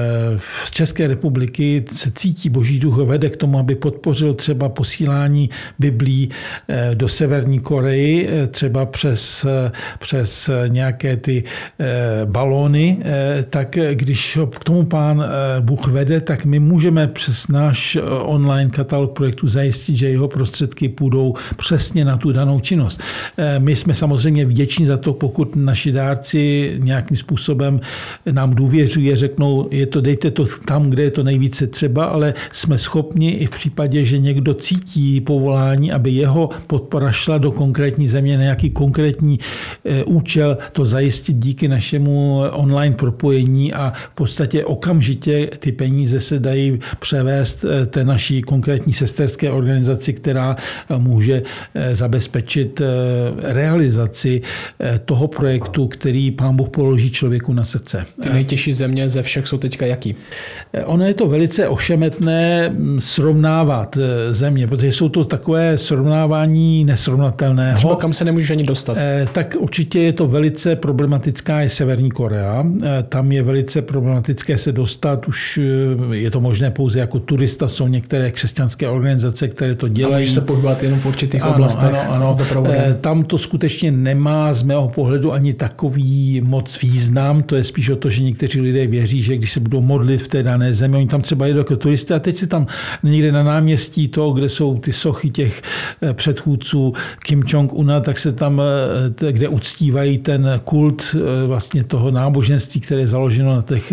v České republiky se cítí Boží duch vede k tomu, aby podpořil třeba posílání Biblí do Severní Koreji, třeba přes, přes nějaké ty balóny, tak když k tomu pán Bůh vede, tak my můžeme přes náš online katalog projektů zajistit, že jeho prostředky půjdou přesně na tu danou činnost. My jsme samozřejmě vděční za to, pokud naši dárci nějakým způsobem nám důvěřují, řeknou, je to, dejte to tam, kde je to nejvíce třeba, ale jsme schopni i v případě, že někdo cítí povolání, aby jeho podpora šla do konkrétní země na nějaký konkrétní účel, to zajistit díky našemu online propojení a v podstatě okamžitě ty peníze se dají převést té naší konkrétní sesterské organizaci, která může zabezpečit realizaci toho projektu, který Pán Bůh položí člověku na srdce. Ty nejtěžší země ze všech jsou teďka jaký? Ono je to velice ošemetné srovnávat země, protože jsou to takové srovnávání nesrovnatelného. Třeba kam se nemůžeš ani dostat. Tak určitě je to velice problematická je Severní Korea. Tam je velice problematické se dostat, už je to možné pouze jako turista, jsou některé křesťanské organizace, které to dělají. A můžeš se pohybovat jenom v určitých ano, oblastech. Ano, ano. Tam to skutečně nemá z mého pohledu ani takový moc význam. To je spíš o to, že někteří lidé věří, že když se budou modlit v té dané okupované zemi. Oni tam třeba jedou jako turisty a teď si tam někde na náměstí to, kde jsou ty sochy těch předchůdců Kim Jong-una, tak se tam, kde uctívají ten kult vlastně toho náboženství, které je založeno na těch,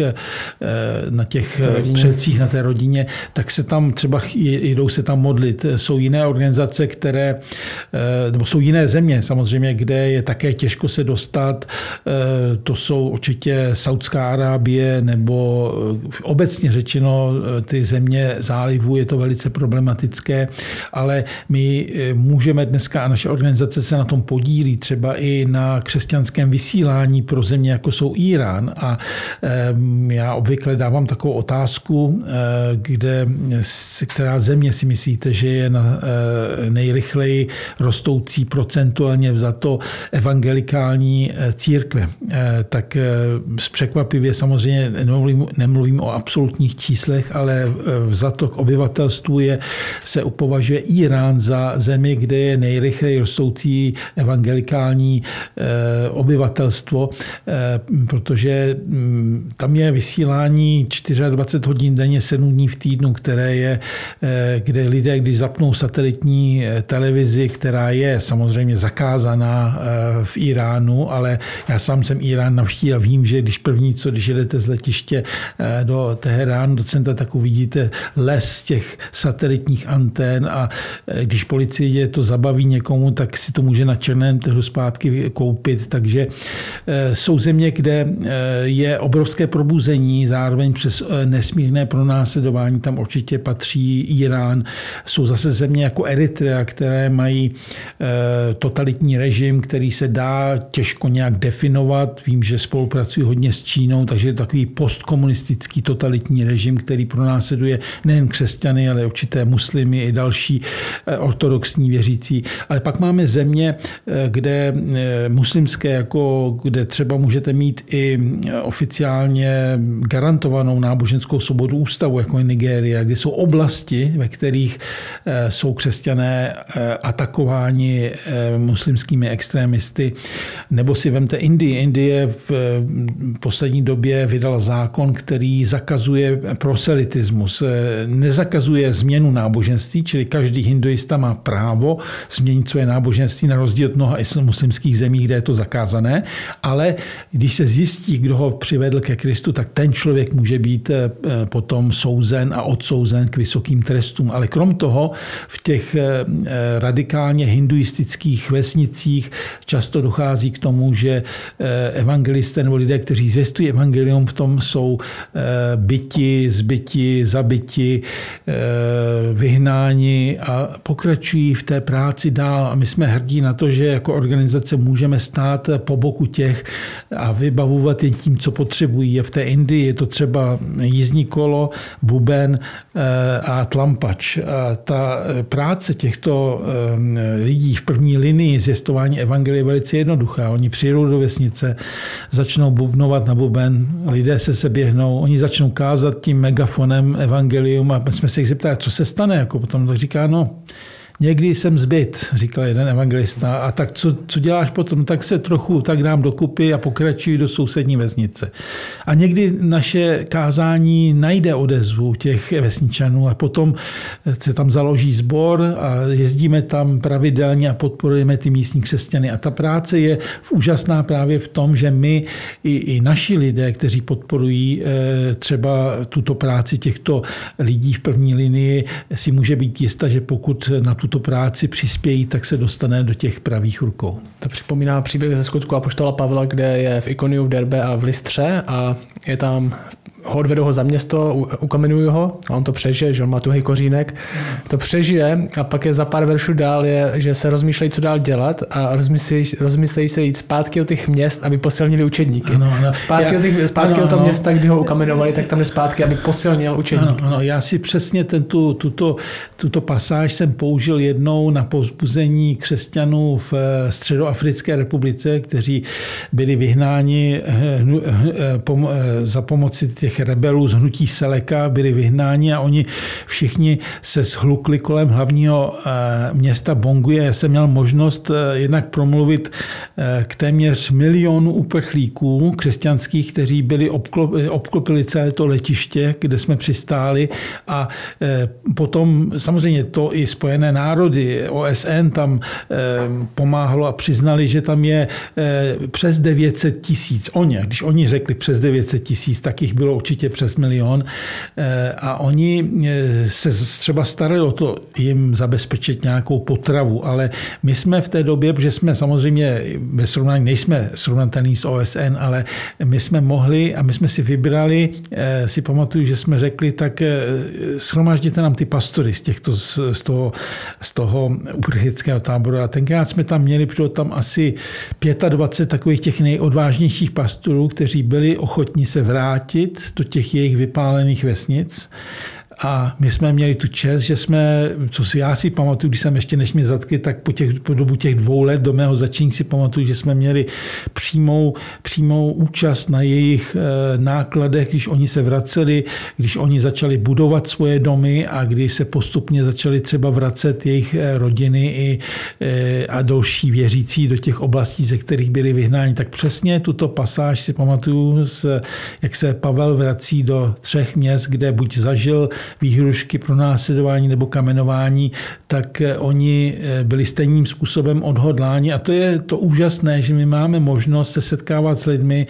na těch předcích, na té rodině, tak se tam třeba jdou se tam modlit. Jsou jiné organizace, které, nebo jsou jiné země samozřejmě, kde je také těžko se dostat. To jsou určitě Saudská Arábie nebo obecně řečeno ty země zálivu, je to velice problematické, ale my můžeme dneska a naše organizace se na tom podílí třeba i na křesťanském vysílání pro země, jako jsou Irán. A já obvykle dávám takovou otázku, kde, která země si myslíte, že je na nejrychleji rostoucí procentuálně vzato evangelikální církve. Tak překvapivě samozřejmě nemluvím, nemluvím o absolutních číslech, ale vzato k obyvatelstvu je, se považuje Irán za zemi, kde je nejrychleji rostoucí evangelikální obyvatelstvo, protože tam je vysílání dvacet čtyři hodin denně, sedm dní v týdnu, které je, kde lidé, když zapnou satelitní televizi, která je samozřejmě zakázaná v Iránu, ale já sám jsem Irán navštívil a vím, že když první, co když jedete z letiště do Teheránu, do centra, tak uvidíte les těch satelitních antén a když policie to zabaví někomu, tak si to může na černém trhu zpátky koupit. Takže jsou země, kde je obrovské probuzení, zároveň přes nesmírné pronásledování, tam určitě patří Irán. Jsou zase země jako Eritrea, které mají totalitní režim, který se dá těžko nějak definovat. Vím, že spolupracují hodně s Čínou, takže je to takový postkomunistický totalitní režim, který pronásleduje nejen křesťany, ale určité muslimy i další ortodoxní věřící. Ale pak máme země, kde muslimské, jako kde třeba můžete mít i oficiálně garantovanou náboženskou svobodu ústavu, jako je Nigérie, kde jsou oblasti, ve kterých jsou křesťané atakováni muslimskými extrémisty. Nebo si vemte Indii. Indie v poslední době vydala zákon, který zakazuje proselitismus. Nezakazuje změnu náboženství, čili každý hinduista má právo změnit své náboženství na rozdíl od mnoha muslimských zemí, kde je to zakázané, ale když se zjistí, kdo ho přivedl ke Kristu, tak ten člověk může být potom souzen a odsouzen k vysokým trestům. Ale krom toho v těch radikálně hinduistických vesnicích často dochází k tomu, že evangelisté nebo lidé, kteří zvěstují evangelium, v tom jsou byti, zbyti, zabiti, vyhnáni a pokračují v té práci dál. A my jsme hrdí na to, že jako organizace můžeme stát po boku těch a vybavovat jen tím, co potřebují. A v té Indii je to třeba jízdní kolo, buben a tlampač. A ta práce těchto lidí v první linii zvěstování evangelia je velice jednoduchá. Oni přijedou do vesnice, začnou bubnovat na buben, lidé se seběhnou, oni začnou kázat tím megafonem evangelium a jsme se jich zeptali, co se stane. Jako potom tak říká, no, někdy jsem zbyt, říkal jeden evangelista, a tak co, co děláš potom? Tak se trochu tak dám dokupy a pokračuji do sousední vesnice. A někdy naše kázání najde odezvu těch vesničanů a potom se tam založí sbor a jezdíme tam pravidelně a podporujeme ty místní křesťany. A ta práce je úžasná právě v tom, že my i, i naši lidé, kteří podporují třeba tuto práci těchto lidí v první linii, si může být jistá, že pokud na tuto práci přispějí, tak se dostane do těch pravých rukou. To připomíná příběh ze skutku apoštola Pavla, kde je v Ikoniu, v Derbe a v Lystře a je tam odvedou ho za město, ukamenují ho a on to přežije, že on má tuhý kořínek, to přežije a pak je za pár veršů dál, je, že se rozmýšlejí, co dál dělat a rozmyslejí, rozmyslejí se jít zpátky do těch měst, aby posilnili učedníky. Ano, ano. Zpátky, já, do těch, zpátky ano, do toho města, kdy ho ukamenovali, tak tam je zpátky, aby posilnil učedníky. Ano, ano, já si přesně tento, tuto, tuto pasáž jsem použil jednou na povzbuzení křesťanů v Středoafrické republice, kteří byli vyhnáni za pomoci těch těch rebelů z hnutí Seleka byli vyhnáni a oni všichni se shlukli kolem hlavního města Bonguje. Já jsem měl možnost jednak promluvit k téměř milionu uprchlíků křesťanských, kteří byli obklopili celé to letiště, kde jsme přistáli a potom samozřejmě to i Spojené národy, O S N tam pomáhalo a přiznali, že tam je přes devět set tisíc. Oni, když oni řekli přes devět set tisíc, tak jich bylo určitě přes milion a oni se třeba starali o to jim zabezpečit nějakou potravu, ale my jsme v té době, protože jsme samozřejmě ve srovnání, nejsme srovnatelní s O S N, ale my jsme mohli a my jsme si vybrali, si pamatuju, že jsme řekli, tak shromažděte nám ty pastory z, těchto, z toho, z toho uprchlického táboru. A tenkrát jsme tam měli, protože tam asi dvacet pět takových těch nejodvážnějších pastorů, kteří byli ochotní se vrátit do těch jejich vypálených vesnic. A my jsme měli tu čest, že jsme, co si já si pamatuju, když jsem ještě než mě zatkli, tak po, těch, po dobu těch dvou let do mého začínku si pamatuju, že jsme měli přímou, přímou účast na jejich nákladech, když oni se vraceli, když oni začali budovat svoje domy a když se postupně začali třeba vracet jejich rodiny i, a další věřící do těch oblastí, ze kterých byli vyhnáni. Tak přesně tuto pasáž si pamatuju, jak se Pavel vrací do třech měst, kde buď zažil výhrušky pro následování nebo kamenování, tak oni byli stejným způsobem odhodláni. A to je to úžasné, že my máme možnost se setkávat s lidmi,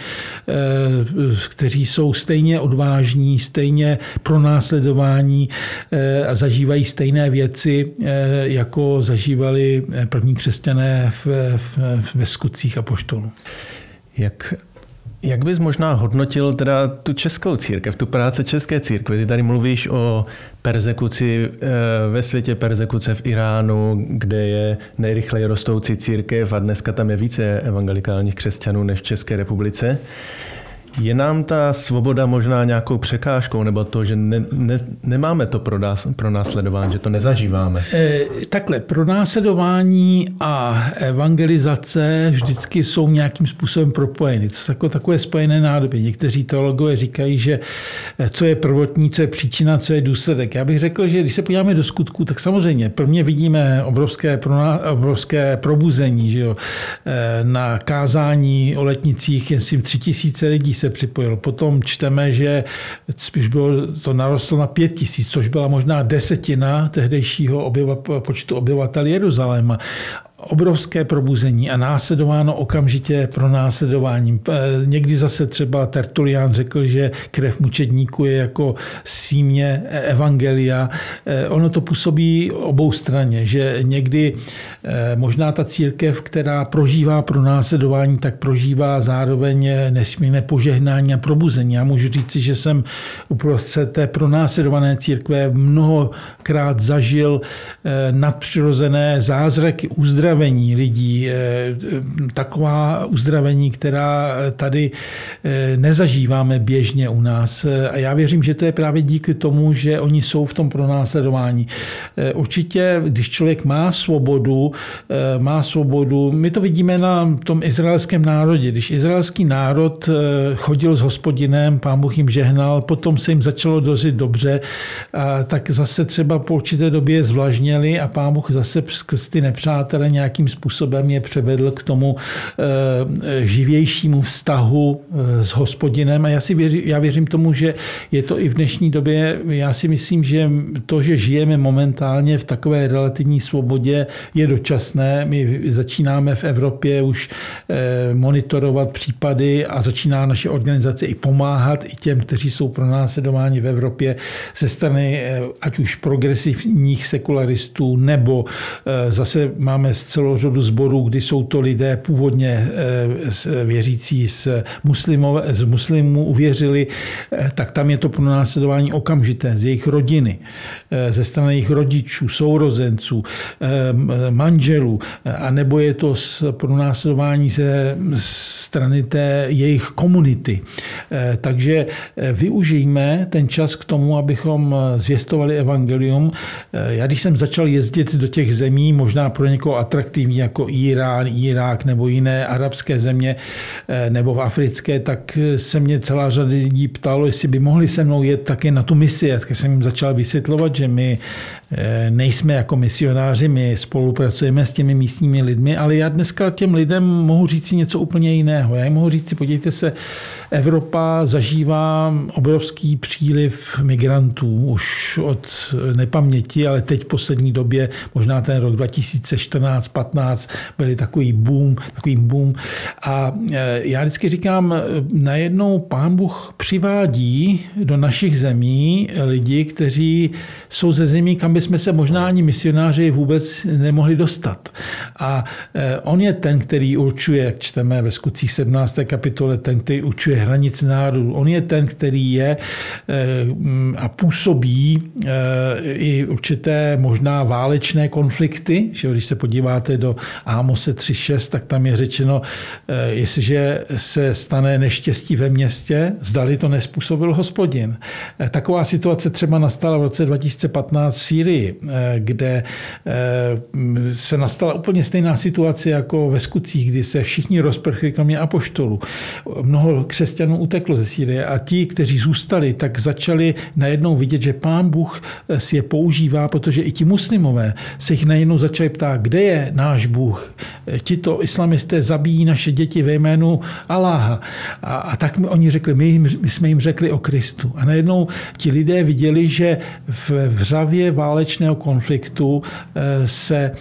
kteří jsou stejně odvážní, stejně pro následování a zažívají stejné věci, jako zažívali první křesťané v, v, ve skutcích apoštolů. Jak Jak bys možná hodnotil teda tu českou církev, tu práci české církve? Ty tady mluvíš o perzekuci ve světě, perzekuce v Iránu, kde je nejrychleji rostoucí církev a dneska tam je více evangelikálních křesťanů než v České republice. Je nám ta svoboda možná nějakou překážkou, nebo to, že ne, ne, nemáme to pro, nás, pro následování, že to nezažíváme? E, takhle, pro následování a evangelizace vždycky jsou nějakým způsobem propojeny. To jsou takové spojené nádoby. Někteří teologové říkají, že co je prvotní, co je příčina, co je důsledek. Já bych řekl, že když se podíváme do skutků, tak samozřejmě prvně vidíme obrovské, obrovské probuzení. Že jo? Na kázání o letnicích jen tři tisíce lidí se připojilo. Potom čteme, že spíš bylo, to narostlo na pět tisíc, což byla možná desetina tehdejšího obyva, počtu obyvatel Jeruzaléma. Obrovské probuzení a následováno okamžitě pro následováním. Někdy zase třeba Tertulian řekl, že krev mučedníků je jako símě evangelia. Ono to působí obou straně, že někdy možná ta církev, která prožívá pro následování, tak prožívá zároveň nesmírné požehnání a probuzení. Já můžu říci, že jsem uprostřed té pronásledované církve mnohokrát zažil nadpřirozené zázraky, uzdravení lidí, taková uzdravení, která tady nezažíváme běžně u nás. A já věřím, že to je právě díky tomu, že oni jsou v tom pronásledování. Určitě, když člověk má svobodu, má svobodu, my to vidíme na tom izraelském národě. Když izraelský národ chodil s Hospodinem, Pán Bůh jim žehnal, potom se jim začalo dořit dobře, tak zase třeba po určité době zvlažněli a Pán Bůh zase skrz ty nepřátele nějakým způsobem je převedl k tomu živějšímu vztahu s Hospodinem. A já, si věřím, já věřím tomu, že je to i v dnešní době. Já si myslím, že to, že žijeme momentálně v takové relativní svobodě, je dočasné. My začínáme v Evropě už monitorovat případy a začíná naše organizace i pomáhat i těm, kteří jsou pronásledováni v Evropě ze strany ať už progresivních sekularistů, nebo zase máme celou řadu sborů, kdy jsou to lidé původně věřící z, z muslimů uvěřili, tak tam je to pronásledování okamžité z jejich rodiny, ze strany jejich rodičů, sourozenců, manželů, a nebo je to pronásledování ze strany té jejich komunity. Takže využijme ten čas k tomu, abychom zvěstovali evangelium. Já když jsem začal jezdit do těch zemí, možná pro někoho atraktivní, atraktivní jako Irán, Irák nebo jiné arabské země nebo v africké, tak se mě celá řada lidí ptalo, jestli by mohli se mnou jet také na tu misi. Tak jsem jim začal vysvětlovat, že my nejsme jako misionáři, my spolupracujeme s těmi místními lidmi, ale já dneska těm lidem mohu říct si něco úplně jiného. Já jim mohu říct si, podívejte se, Evropa zažívá obrovský příliv migrantů už od nepaměti, ale teď v poslední době, možná ten rok dva tisíce čtrnáct patnáct, byly takový boom, takový boom. A já vždycky říkám, najednou Pán Bůh přivádí do našich zemí lidi, kteří jsou ze zemí, kam bychom se možná ani misionáři vůbec nemohli dostat. A on je ten, který určuje, jak čteme ve Skutcích sedmnácté kapitole, ten, který určuje hranice národů. On je ten, který je a působí i určité možná válečné konflikty. Že když se podíváte do Ámose tři šest, tak tam je řečeno, jestliže se stane neštěstí ve městě, zdali to nezpůsobil Hospodin. Taková situace třeba nastala v roce dva tisíce patnáct v Sýrii, kde se nastala úplně stejná situace jako ve Skutcích, kdy se všichni rozprchli kromě apoštolů. Mnoho křesťanů uteklo ze Sýrie a ti, kteří zůstali, tak začali najednou vidět, že Pán Bůh si je používá, protože i ti muslimové se jich najednou začali ptát, kde je náš Bůh. Tito islamisté zabíjí naše děti ve jménu Aláha. A, a tak mi oni řekli, my, jim, my jsme jim řekli o Kristu. A najednou ti lidé viděli, že v vřavě válečného konfliktu se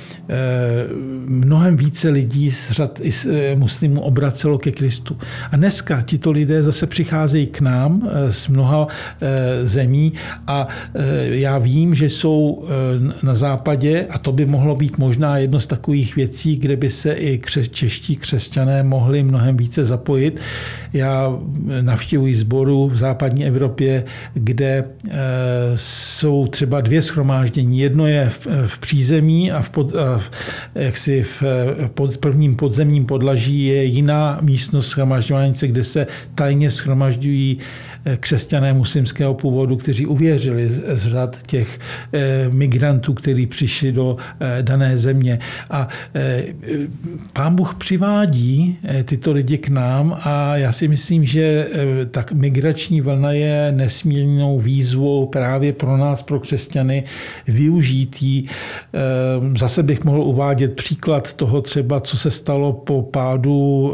mnohem více lidí z řad muslimů obracelo ke Kristu. A dneska tito lidé zase přicházejí k nám z mnoha zemí a já vím, že jsou na západě a to by mohlo být možná jedno z takových věcí, kde by se i křes, čeští křesťané mohli mnohem více zapojit. Já navštěvuji sboru v západní Evropě, kde jsou třeba dvě shromáždění. Jedno je v, v přízemí a v, pod, a v, jaksi v pod, prvním podzemním podlaží je jiná místnost shromažďování, kde se tajně shromažďují křesťané muslimského původu, kteří uvěřili z řad těch migrantů, kteří přišli do dané země. A Pán Bůh přivádí tyto lidi k nám a já si myslím, že tak migrační vlna je nesmírnou výzvou právě pro nás, pro křesťany, využít ji. Zase bych mohl uvádět příklad toho třeba, co se stalo po pádu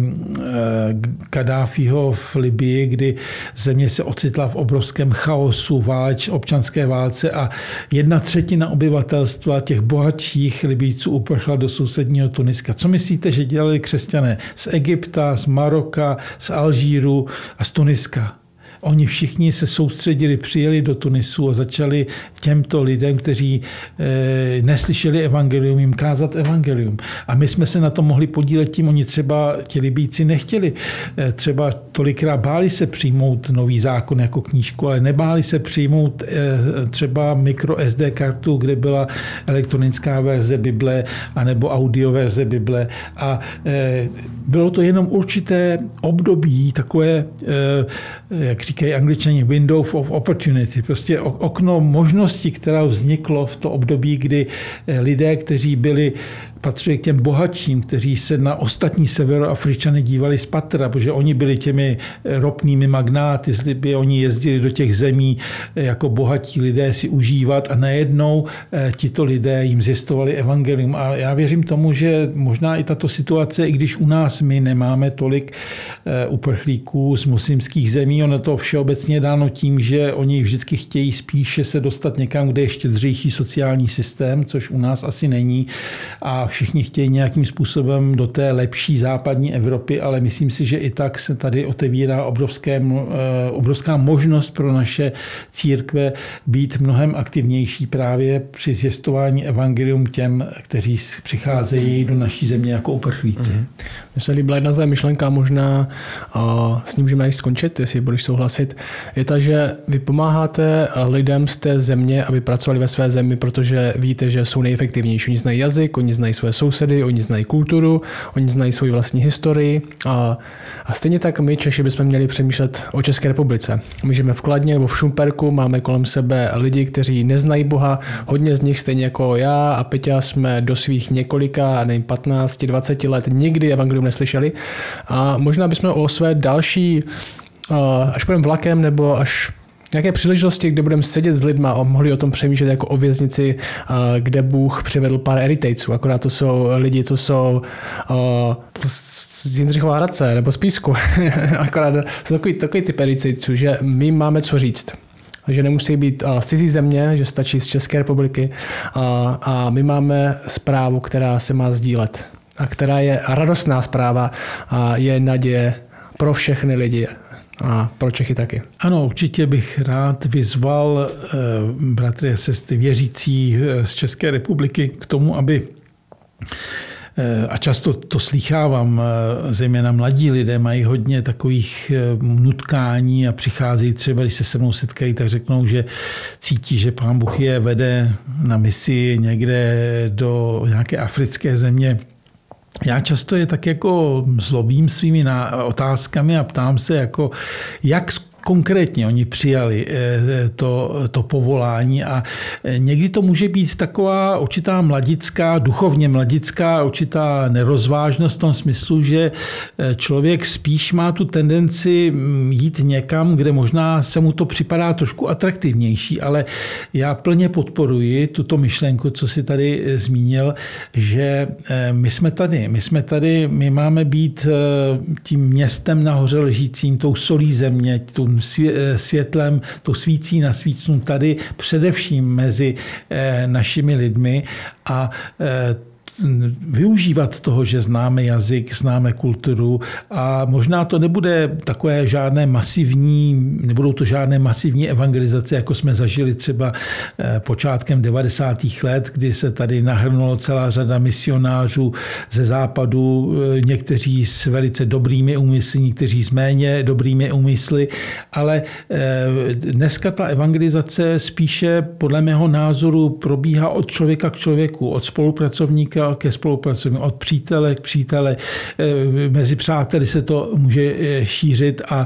Kadáfího v Libii, kdy země se ocitla v obrovském chaosu, váleč, občanské válce a jedna třetina obyvatelstva těch bohatších Libijců uprchla do sousedního Tuniska. Co myslíte, že dělali křesťané z Egypta, z Maroka, z Alžíru a z Tuniska? Oni všichni se soustředili, přijeli do Tunisu a začali těmto lidem, kteří e, neslyšeli evangelium, jim kázat evangelium. A my jsme se na to mohli podílet tím, oni třeba ti Libijci nechtěli. E, třeba tolikrát báli se přijmout nový zákon jako knížku, ale nebáli se přijmout e, třeba micro S D kartu, kde byla elektronická verze Bible anebo audio verze Bible. A e, bylo to jenom určité období, takové, e, jak říkají Angličani, window of opportunity, prostě okno možnosti, která vzniklo v to období, kdy lidé, kteří byli patřili k těm bohatším, kteří se na ostatní severoafričany dívali z patra, protože oni byli těmi ropnými magnáty z Libye, oni jezdili do těch zemí jako bohatí lidé si užívat a najednou tito lidé jim zjistovali evangelium. A já věřím tomu, že možná i tato situace, i když u nás my nemáme tolik uprchlíků z muslimských zemí, ono to všeobecně dáno tím, že oni vždycky chtějí spíše se dostat někam, kde je štědřejší sociální systém, což u nás asi není. A všichni chtějí nějakým způsobem do té lepší západní Evropy, ale myslím si, že i tak se tady otevírá obrovské, obrovská možnost pro naše církve být mnohem aktivnější právě při zvěstování evangelium těm, kteří přicházejí do naší země jako uprchlíci. Mm. Mně se líbila jedna tvoje myšlenka, možná a s ní můžeme i skončit, jestli budeš souhlasit, je ta, že vy pomáháte lidem z té země, aby pracovali ve své zemi, protože víte, že jsou nejefektivnější. Oni znají jazyk, oni znají své sousedy, oni znají kulturu, oni znají svou vlastní historii a, a stejně tak my Češi bychom měli přemýšlet o České republice. My žijeme v Kladně nebo v Šumperku, máme kolem sebe lidi, kteří neznají Boha, hodně z nich stejně jako já a Peťa jsme do svých několika, nevím, patnáct, dvacet let nikdy evangelium neslyšeli a možná bychom o své další, až půjdeme vlakem nebo až nějaké příležitosti, kde budeme sedět s lidma a mohli o tom přemýšlet jako o věznici, kde Bůh přivedl pár eritejců. Akorát to jsou lidi, co jsou z Jindřichova Hradce nebo z Písku. Akorát jsou takový, takový typ eritejců, že my máme co říct. Že nemusí být z cizí země, že stačí z České republiky a, a my máme zprávu, která se má sdílet a která je radostná zpráva a je naděje pro všechny lidi. A pro Čechy taky. Ano, určitě bych rád vyzval eh, bratry a sestry věřící z České republiky k tomu, aby eh, a často to slýchávám, eh, zejména mladí lidé mají hodně takových eh, nutkání a přicházejí třeba, když se se mnou setkají, tak řeknou, že cítí, že Pán Bůh je vede na misi někde do nějaké africké země. Já často je tak jako zlobím svými otázkami a ptám se, jako, jak konkrétně oni přijali to, to povolání a někdy to může být taková určitá mladická, duchovně mladická, určitá nerozvážnost v tom smyslu, že člověk spíš má tu tendenci jít někam, kde možná se mu to připadá trošku atraktivnější, ale já plně podporuji tuto myšlenku, co si tady zmínil, že my jsme tady, my jsme tady, my máme být tím městem nahoře ležícím, tou solí země, tou světlem, to svící na svícnu tady především mezi našimi lidmi a využívat toho, že známe jazyk, známe kulturu a možná to nebude takové žádné masivní, nebudou to žádné masivní evangelizace, jako jsme zažili třeba počátkem devadesátých let, kdy se tady nahrnulo celá řada misionářů ze západu, někteří s velice dobrými úmysly, někteří s méně dobrými úmysly, ale dneska ta evangelizace spíše podle mého názoru probíhá od člověka k člověku, od spolupracovníka ke spolupracovníku, od přítele k přítele. Mezi přáteli se to může šířit a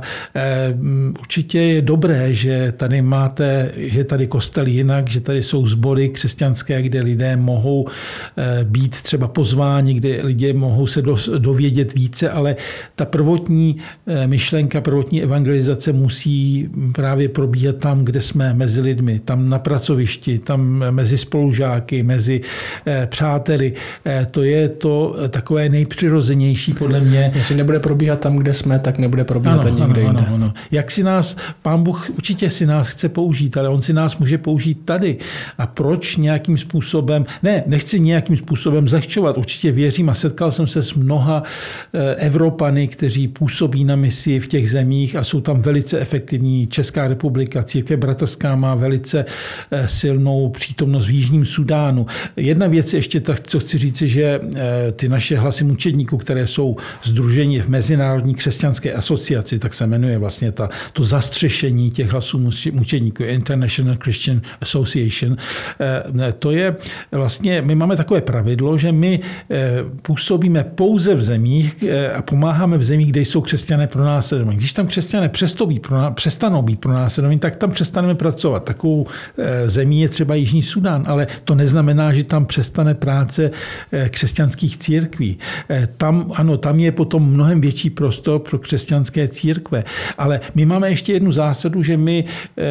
určitě je dobré, že tady máte, že tady kostel jinak, že tady jsou sbory křesťanské, kde lidé mohou být třeba pozváni, kde lidé mohou se dovědět více, ale ta prvotní myšlenka, prvotní evangelizace musí právě probíhat tam, kde jsme mezi lidmi, tam na pracovišti, tam mezi spolužáky, mezi přáteli. To je to takové nejpřirozenější podle mě. Jestli nebude probíhat tam, kde jsme, tak nebude probíhat ano, ani nikde ano, jinde. Ano, ano. Jak si nás, Pán Bůh určitě si nás chce použít, ale on si nás může použít tady. A proč nějakým způsobem, ne, nechci nějakým způsobem zlehčovat, určitě věřím a setkal jsem se s mnoha Evropany, kteří působí na misi v těch zemích a jsou tam velice efektivní. Česká republika, Církev bratrská má velice silnou přítomnost v Jižním Sudánu. Jedna věc ještě, tak, co chci říct, že ty naše hlasy mučedníků, které jsou sdruženi v Mezinárodní křesťanské asociaci, tak se jmenuje vlastně ta, to zastřešení těch hlasů mučedníků, International Christian Association, to je vlastně, my máme takové pravidlo, že my působíme pouze v zemích a pomáháme v zemích, kde jsou křesťané pronásledovaní. Když tam křesťané přestanou být pronásledovaní, tak tam přestaneme pracovat. Takovou zemí je třeba Jižní Sudán, ale to neznamená, že tam přestane práce křesťanských církví. Tam, ano, tam je potom mnohem větší prostor pro křesťanské církve. Ale my máme ještě jednu zásadu, že my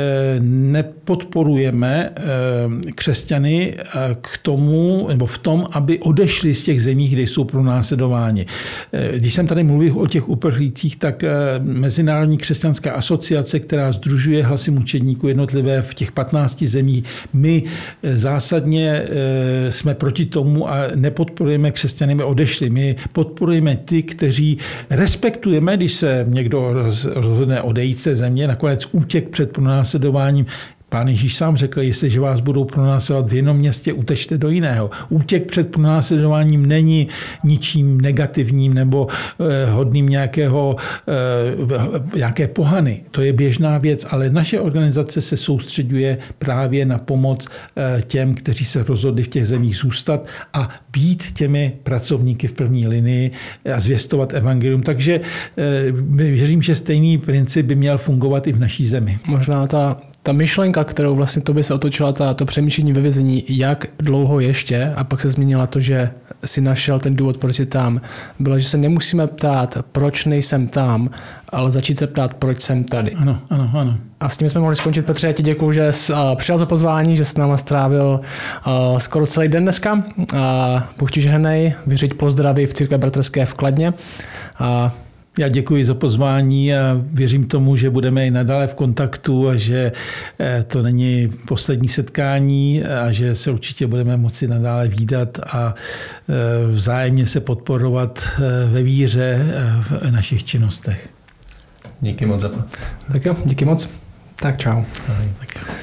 nepodporujeme křesťany k tomu, nebo v tom, aby odešli z těch zemí, kde jsou pronásledováni. Když jsem tady mluvil o těch uprchlících, tak Mezinárodní křesťanská asociace, která sdružuje hlasy mučedníků jednotlivé v těch patnácti zemích, my zásadně jsme proti tomu a nepodporujeme křesťany, my odešli. My podporujeme ty, kteří respektujeme, když se někdo rozhodne odejít ze země, nakonec útěk před pronásledováním, Pán Ježíš sám řekl, jestliže vás budou pronásledovat v jednom městě, utečte do jiného. Útěk před pronásledováním není ničím negativním nebo eh, hodným nějakého, eh, nějaké pohany. To je běžná věc, ale naše organizace se soustředuje právě na pomoc eh, těm, kteří se rozhodli v těch zemích zůstat a být těmi pracovníky v první linii a zvěstovat evangelium. Takže eh, věřím, že stejný princip by měl fungovat i v naší zemi. Možná ta, ta myšlenka, kterou vlastně to by se otočila, ta, to přemýšlení ve vězení, jak dlouho ještě, a pak se zmínila to, že si našel ten důvod, proč jsi tam, bylo, že se nemusíme ptát, proč nejsem tam, ale začít se ptát, proč jsem tady. Ano, ano, ano. A s tím jsme mohli skončit. Petře, já ti děkuju, že jsi uh, přijal to pozvání, že jsi s náma strávil uh, skoro celý den dneska. Uh, Bůh ti žehnej, vyřiď pozdraví v Církvi bratrské v Kladně. Uh, Já děkuji za pozvání a věřím tomu, že budeme i nadále v kontaktu a že to není poslední setkání a že se určitě budeme moci nadále vídat a vzájemně se podporovat ve víře v našich činnostech. Díky moc za to. Tak jo, díky moc. Tak čau. Ahoj, tak.